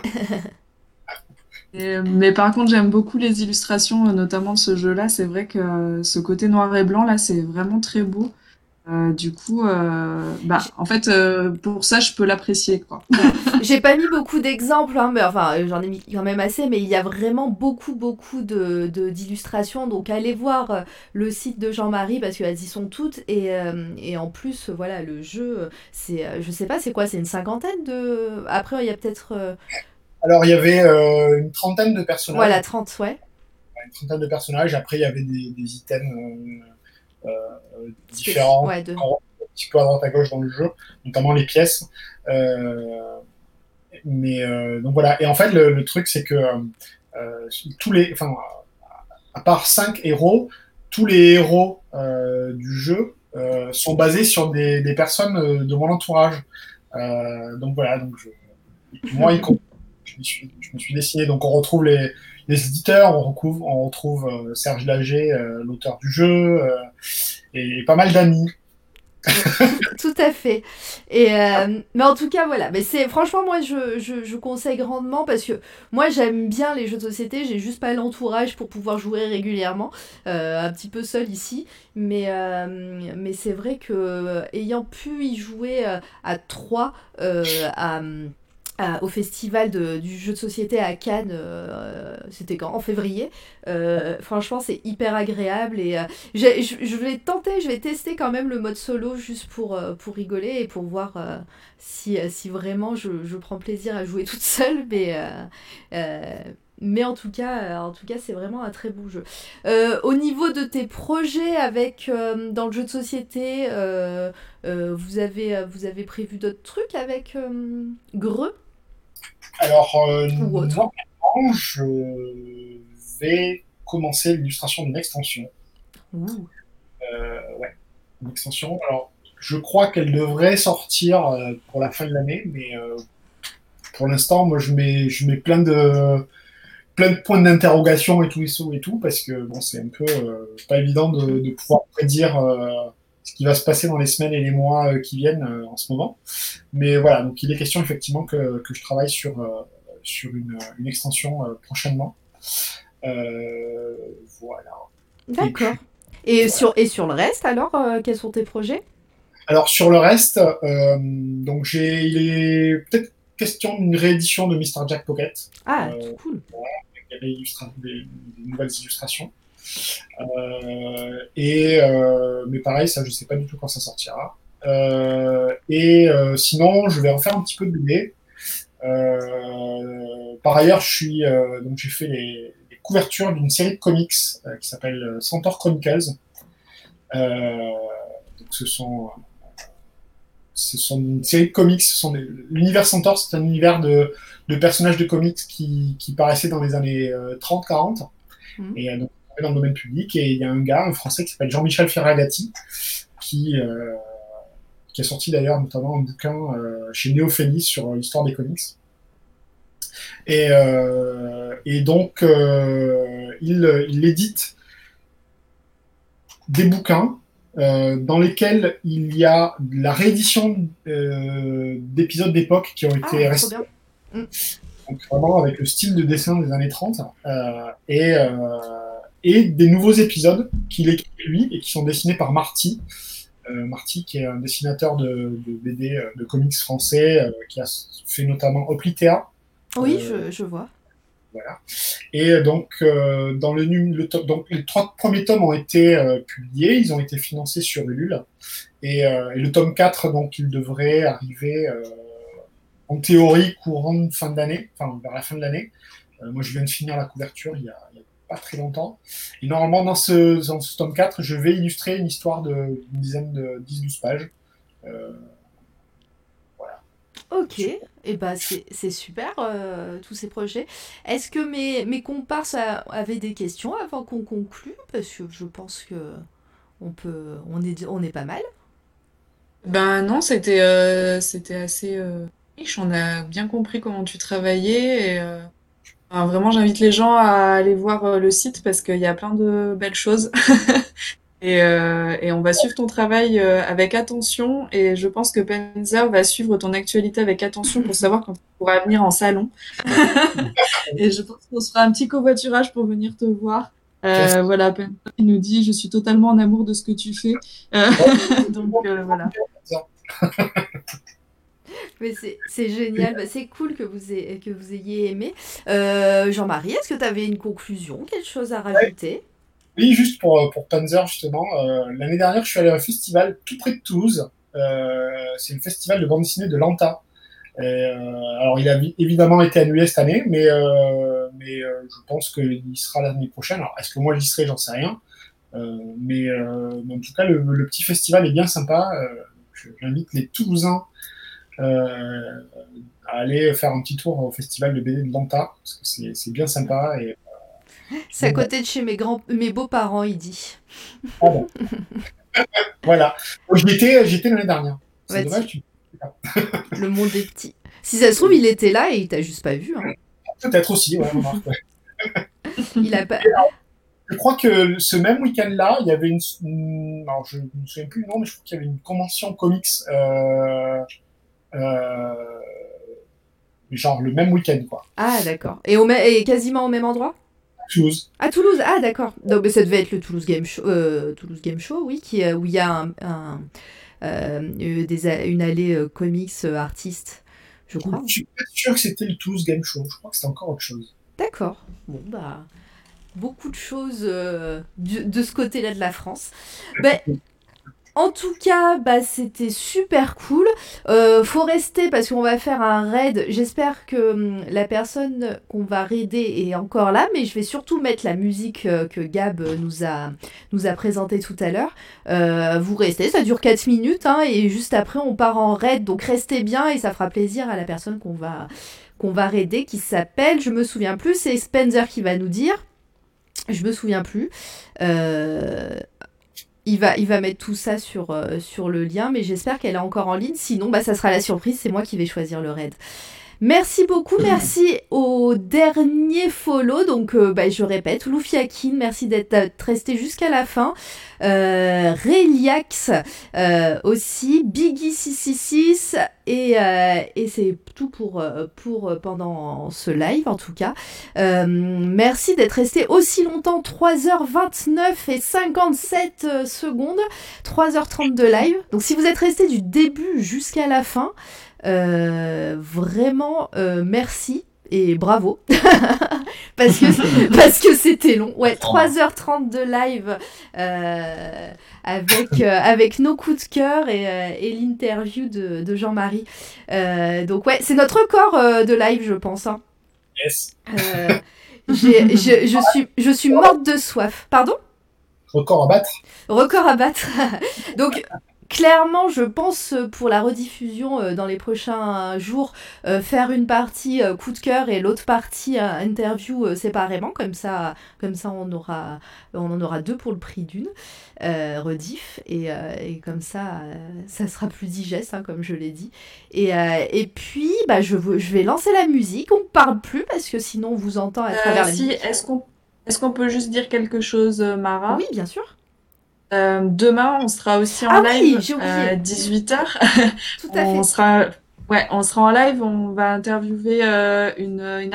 et, mais par contre, j'aime beaucoup les illustrations, notamment de ce jeu-là. C'est vrai que ce côté noir et blanc là, c'est vraiment très beau. Euh, du coup, euh, bah, en fait, euh, pour ça, je peux l'apprécier, quoi. J'ai pas mis beaucoup d'exemples, hein, mais enfin, j'en ai mis quand même assez, mais il y a vraiment beaucoup, beaucoup de, de, d'illustrations. Donc, allez voir le site de Jean-Marie parce qu'elles y sont toutes. Et, euh, et en plus, voilà, le jeu, c'est, je sais pas, c'est quoi, c'est une cinquantaine de. Après, il y a peut-être. Euh... Alors, il y avait euh, une trentaine de personnages. Voilà, trente, ouais. Une trentaine de personnages. Après, il y avait des, des items. Euh... Euh, différents, ouais, de... un petit peu à droite à gauche dans le jeu, notamment les pièces. Euh, mais euh, donc voilà. Et en fait, le, le truc, c'est que euh, tous les, enfin, à part cinq héros, tous les héros euh, du jeu euh, sont basés sur des, des personnes de mon entourage. Euh, donc voilà. Donc je, moi, y compris, je me suis, je me suis dessiné. Donc on retrouve les les éditeurs, on retrouve, on retrouve euh, Serge Lager, euh, l'auteur du jeu, euh, et, et pas mal d'amis. Tout à fait. Et euh, mais en tout cas, voilà. Mais c'est franchement, moi, je, je, je conseille grandement parce que moi, j'aime bien les jeux de société. J'ai juste pas l'entourage pour pouvoir jouer régulièrement, euh, un petit peu seul ici. Mais euh, mais c'est vrai que euh, ayant pu y jouer euh, à trois, euh, à Euh, au festival de, du jeu de société à Cannes, euh, c'était quand en février. Euh, franchement, c'est hyper agréable et euh, je, je vais tenter, je vais tester quand même le mode solo juste pour, euh, pour rigoler et pour voir euh, si, si vraiment je, je prends plaisir à jouer toute seule. Mais, euh, euh, mais en tout cas, en tout cas, c'est vraiment un très bon jeu. Euh, au niveau de tes projets avec euh, dans le jeu de société, euh, euh, vous avez vous avez prévu d'autres trucs avec euh, Greux? Alors, euh, normalement, je vais commencer l'illustration d'une extension. Ouh. Euh, ouais, une extension. Alors, je crois qu'elle devrait sortir euh, pour la fin de l'année, mais euh, pour l'instant, moi, je mets, je mets plein de, plein de points d'interrogation et tout et tout, et tout parce que bon, c'est un peu euh, pas évident de, de pouvoir prédire euh, ce qui va se passer dans les semaines et les mois euh, qui viennent euh, en ce moment. Mais voilà, donc il est question effectivement que, que je travaille sur, euh, sur une, une extension euh, prochainement. Euh, voilà. D'accord. Et, et, voilà. sur, et sur le reste, alors, euh, quels sont tes projets? Alors sur le reste, euh, donc j'ai, il est peut-être question d'une réédition de Mister Jack Pocket. Ah, euh, cool. Avec des, illustra- des, des nouvelles illustrations. Euh, et euh, mais pareil, ça je sais pas du tout quand ça sortira. Euh, et euh, sinon, je vais refaire un petit peu de B D. Euh, par ailleurs, je suis euh, donc j'ai fait les, les couvertures d'une série de comics euh, qui s'appelle Centaur Chronicles. Euh, donc ce sont ce sont une série de comics. Ce sont des, l'univers Centaur, c'est un univers de, de personnages de comics qui, qui paraissaient dans les années euh, trente quarante. Mmh. Et euh, donc dans le domaine public, et il y a un gars, un Français qui s'appelle Jean-Michel Ferragati, qui, euh, qui a sorti d'ailleurs notamment un bouquin euh, chez Néophénis sur l'histoire des comics. Et, euh, et donc, euh, il, il édite des bouquins euh, dans lesquels il y a la réédition euh, d'épisodes d'époque qui ont été ah, restés. Donc vraiment avec le style de dessin des années trente. Euh, et, euh, et des nouveaux épisodes qu'il écrit lui et qui sont dessinés par Marty. Euh, Marty, qui est un dessinateur de, de B D, euh, de comics français, euh, qui a fait notamment Oplitea. Oui, euh, je, je vois. Voilà. Et donc, euh, dans le, le top, donc, les trois premiers tomes ont été euh, publiés, ils ont été financés sur Ulule. Et, euh, et le tome quatre, donc, il devrait arriver euh, en théorie courant de fin d'année, enfin vers la fin de l'année. Euh, moi, je viens de finir la couverture il y a, il y a pas très longtemps. Et normalement, dans ce, dans ce tome quatre, je vais illustrer une histoire d'une dizaine de dix douze pages. Euh, voilà. Ok, et eh bah c'est c'est super euh, tous ces projets. Est-ce que mes, mes comparses a- avaient des questions avant qu'on conclue? Parce que je pense que on peut, on est, on est pas mal. Ben non, c'était euh, c'était assez euh, riche. On a bien compris comment tu travaillais. Et, euh, enfin, vraiment, j'invite les gens à aller voir euh, le site parce qu'il y a plein de belles choses. Et, euh, et on va suivre ton travail euh, avec attention. Et je pense que Panzer va suivre ton actualité avec attention pour savoir quand tu pourras venir en salon. Et je pense qu'on se fera un petit covoiturage pour venir te voir. Euh, voilà, Panzer qui nous dit, je suis totalement en amour de ce que tu fais. Euh, donc euh, voilà. Mais c'est c'est génial, bah, c'est cool que vous, ayez, que vous ayez aimé. Euh, Jean-Marie, est-ce que tu avais une conclusion, quelque chose à rajouter? Oui, juste pour, pour Panzer, justement, euh, l'année dernière, je suis allé à un festival tout près de Toulouse. Euh, c'est le festival de bande dessinée de Lanta. Et, euh, alors, il a vi- évidemment été annulé cette année, mais, euh, mais euh, je pense qu'il sera l'année prochaine. Alors, est-ce que moi j'y serai? J'en sais rien. Euh, mais, euh, mais en tout cas, le, le petit festival est bien sympa. Euh, je- j'invite les Toulousains euh, à aller faire un petit tour au festival de B D de Lanta, parce que c'est c'est bien sympa. Et, C'est à bon, côté de chez mes grands, mes beaux-parents, il dit. ah bon. Voilà. Donc, J'y étais, j'y étais l'année dernière. C'est Ouais, dommage, tu- tu... le monde est petit. Si ça se trouve, il était là et il t'a juste pas vu. Hein. peut-être aussi, ouais, remarque, ouais. Il a pas. Je crois que ce même week-end-là, il y avait une. une- Alors, je ne me souviens plus le nom, mais je crois qu'il y avait une convention comics, euh, euh, genre le même week-end, quoi. Ah, d'accord. Et, au mê- et quasiment au même endroit? Toulouse. À Toulouse, ah d'accord. Donc mais ça devait être le Toulouse Game Show, euh, Toulouse Game Show, oui, qui, euh, où il y a un, un, euh, euh, des, a- une allée euh, comics euh, artistes, je crois. Je suis pas sûr que c'était le Toulouse Game Show. Je crois que c'était encore autre chose. D'accord. Bon bah beaucoup de choses euh, du- de ce côté-là de la France. Ben, en tout cas, bah, c'était super cool. Euh, faut rester parce qu'on va faire un raid. J'espère que hum, la personne qu'on va raider est encore là, mais je vais surtout mettre la musique euh, que Gab nous a, nous a présentée tout à l'heure. Euh, vous restez, ça dure quatre minutes, hein, et juste après on part en raid. Donc restez bien et ça fera plaisir à la personne qu'on va, qu'on va raider, qui s'appelle, je me souviens plus, c'est Spencer qui va nous dire. Je me souviens plus. Euh, il va, il va mettre tout ça sur, euh, sur le lien, mais j'espère qu'elle est encore en ligne. Sinon, bah, ça sera la surprise, c'est moi qui vais choisir le raid. Merci beaucoup, merci au dernier follow. Donc, euh, bah, je répète, Loufiakin, merci d'être resté jusqu'à la fin. Euh, Reliax euh, aussi, Biggie six six six, et, euh, et c'est tout pour, pour euh, pendant ce live en tout cas. Euh, merci d'être resté aussi longtemps, trois heures vingt-neuf et cinquante-sept secondes, trois heures trente de live. Donc si vous êtes resté du début jusqu'à la fin, Euh, vraiment euh, merci et bravo parce que parce que c'était long. Ouais, trois heures trente de live euh, avec euh, avec nos coups de cœur et, euh, et l'interview de, de Jean-Marie. Euh, donc ouais, c'est notre record euh, de live, je pense. Hein. Yes. Euh, j'ai, je, je suis je suis morte de soif. Pardon ? Record à battre. Record à battre. Donc clairement, je pense pour la rediffusion euh, dans les prochains jours, euh, faire une partie euh, coup de cœur et l'autre partie euh, interview euh, séparément, comme ça, comme ça on aura, on en aura deux pour le prix d'une euh, rediff et, euh, et comme ça, euh, ça sera plus digeste, hein, comme je l'ai dit. Et, euh, et puis, bah, je, je vais lancer la musique. On ne parle plus parce que sinon on vous entend à travers Euh, la si, musique. est-ce qu'on est-ce qu'on peut juste dire quelque chose, euh, Mara? Oui, bien sûr. Euh, demain, on sera aussi en Ah oui, live j'ai oublié. à dix-huit heures. Tout à On fait. sera, ouais, on sera en live. On va interviewer euh, une, une artiste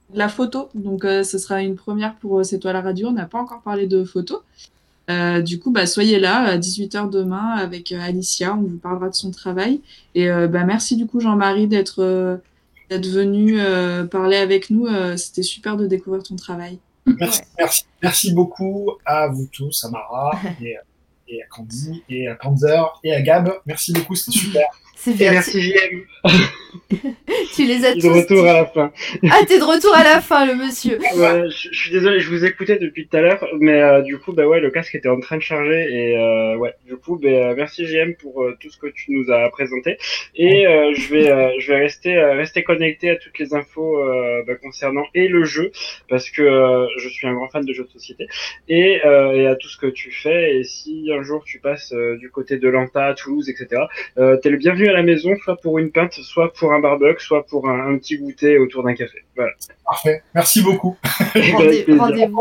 la photo. Donc, euh, ce sera une première pour euh, C'est toi la radio. On n'a pas encore parlé de photo. Euh, du coup, bah, soyez là à dix-huit heures demain avec euh, Alicia. On vous parlera de son travail. Et euh, bah, merci du coup, Jean-Marie, d'être euh, d'être venu euh, parler avec nous. Euh, c'était super de découvrir ton travail. Merci, ouais. merci, merci beaucoup à vous tous, à Mara et, et à Candy et à Panzer et à Gab. Merci beaucoup, c'était super. C'est bien. Et merci J M. Tu les as tous. De retour à la fin. Ah, t'es de retour à la fin, le monsieur. Ouais, je, je suis désolé, je vous écoutais depuis tout à l'heure, mais euh, du coup, bah ouais, le casque était en train de charger et euh, ouais, du coup, bah, merci J M pour euh, tout ce que tu nous as présenté et euh, je vais, euh, je vais rester, euh, rester connecté à toutes les infos euh, bah, concernant et le jeu parce que euh, je suis un grand fan de jeux de société et, euh, et à tout ce que tu fais et si un jour tu passes euh, du côté de Lanta, Toulouse, et cetera. Euh, t'es le bienvenu à la maison, soit pour une pinte, soit pour un barbecue, soit pour un, un petit goûter autour d'un café. Voilà. Parfait. Merci beaucoup. Rendez, rendez-vous.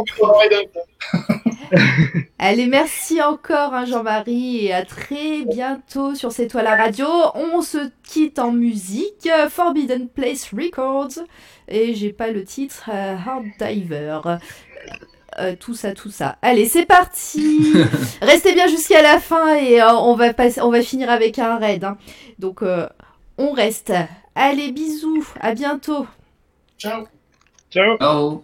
Allez, merci encore, hein, Jean-Marie, et à très bientôt sur C'est toi la radio. On se quitte en musique. Forbidden Place Records. Et j'ai pas le titre. Euh, Hard Diver. Euh, tout ça, tout ça. Allez, c'est parti. Restez bien jusqu'à la fin et euh, on va passer, on va finir avec un raid. Hein. Donc, euh, on reste. Allez, bisous. À bientôt. Ciao. Ciao. Ciao.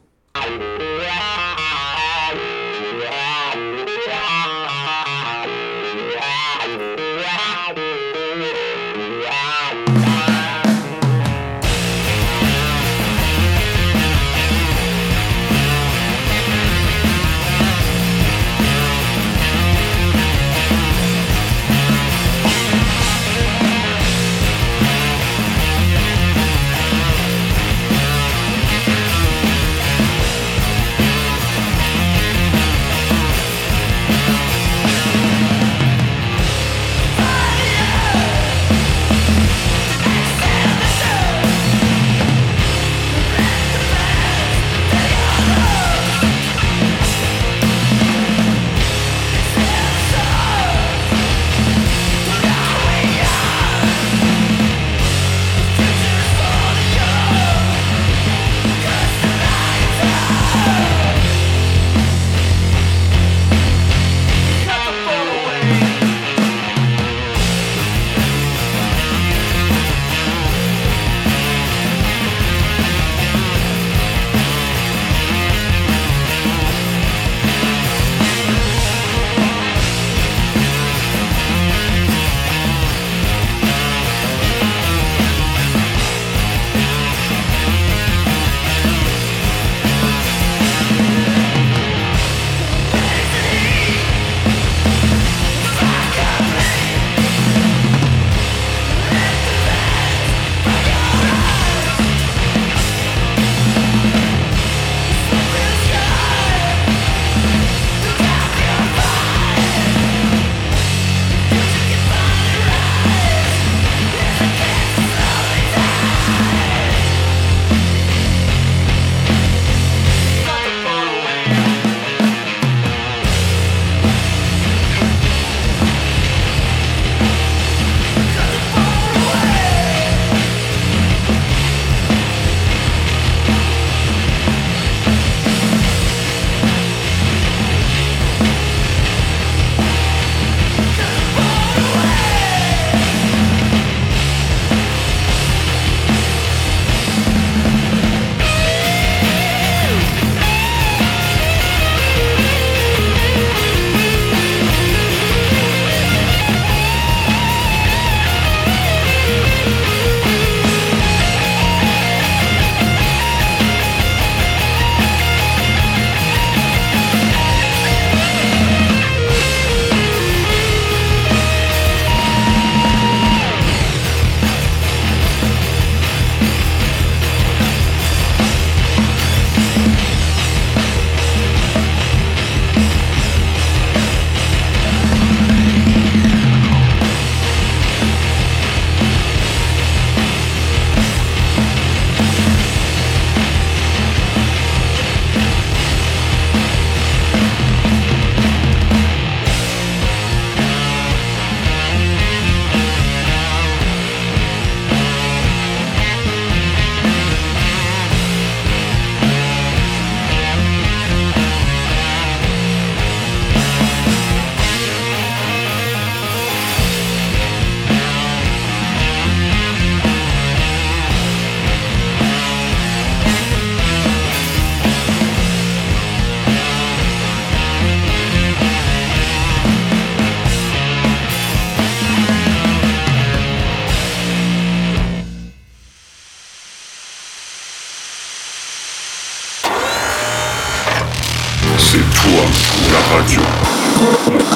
C'est toi, la radio.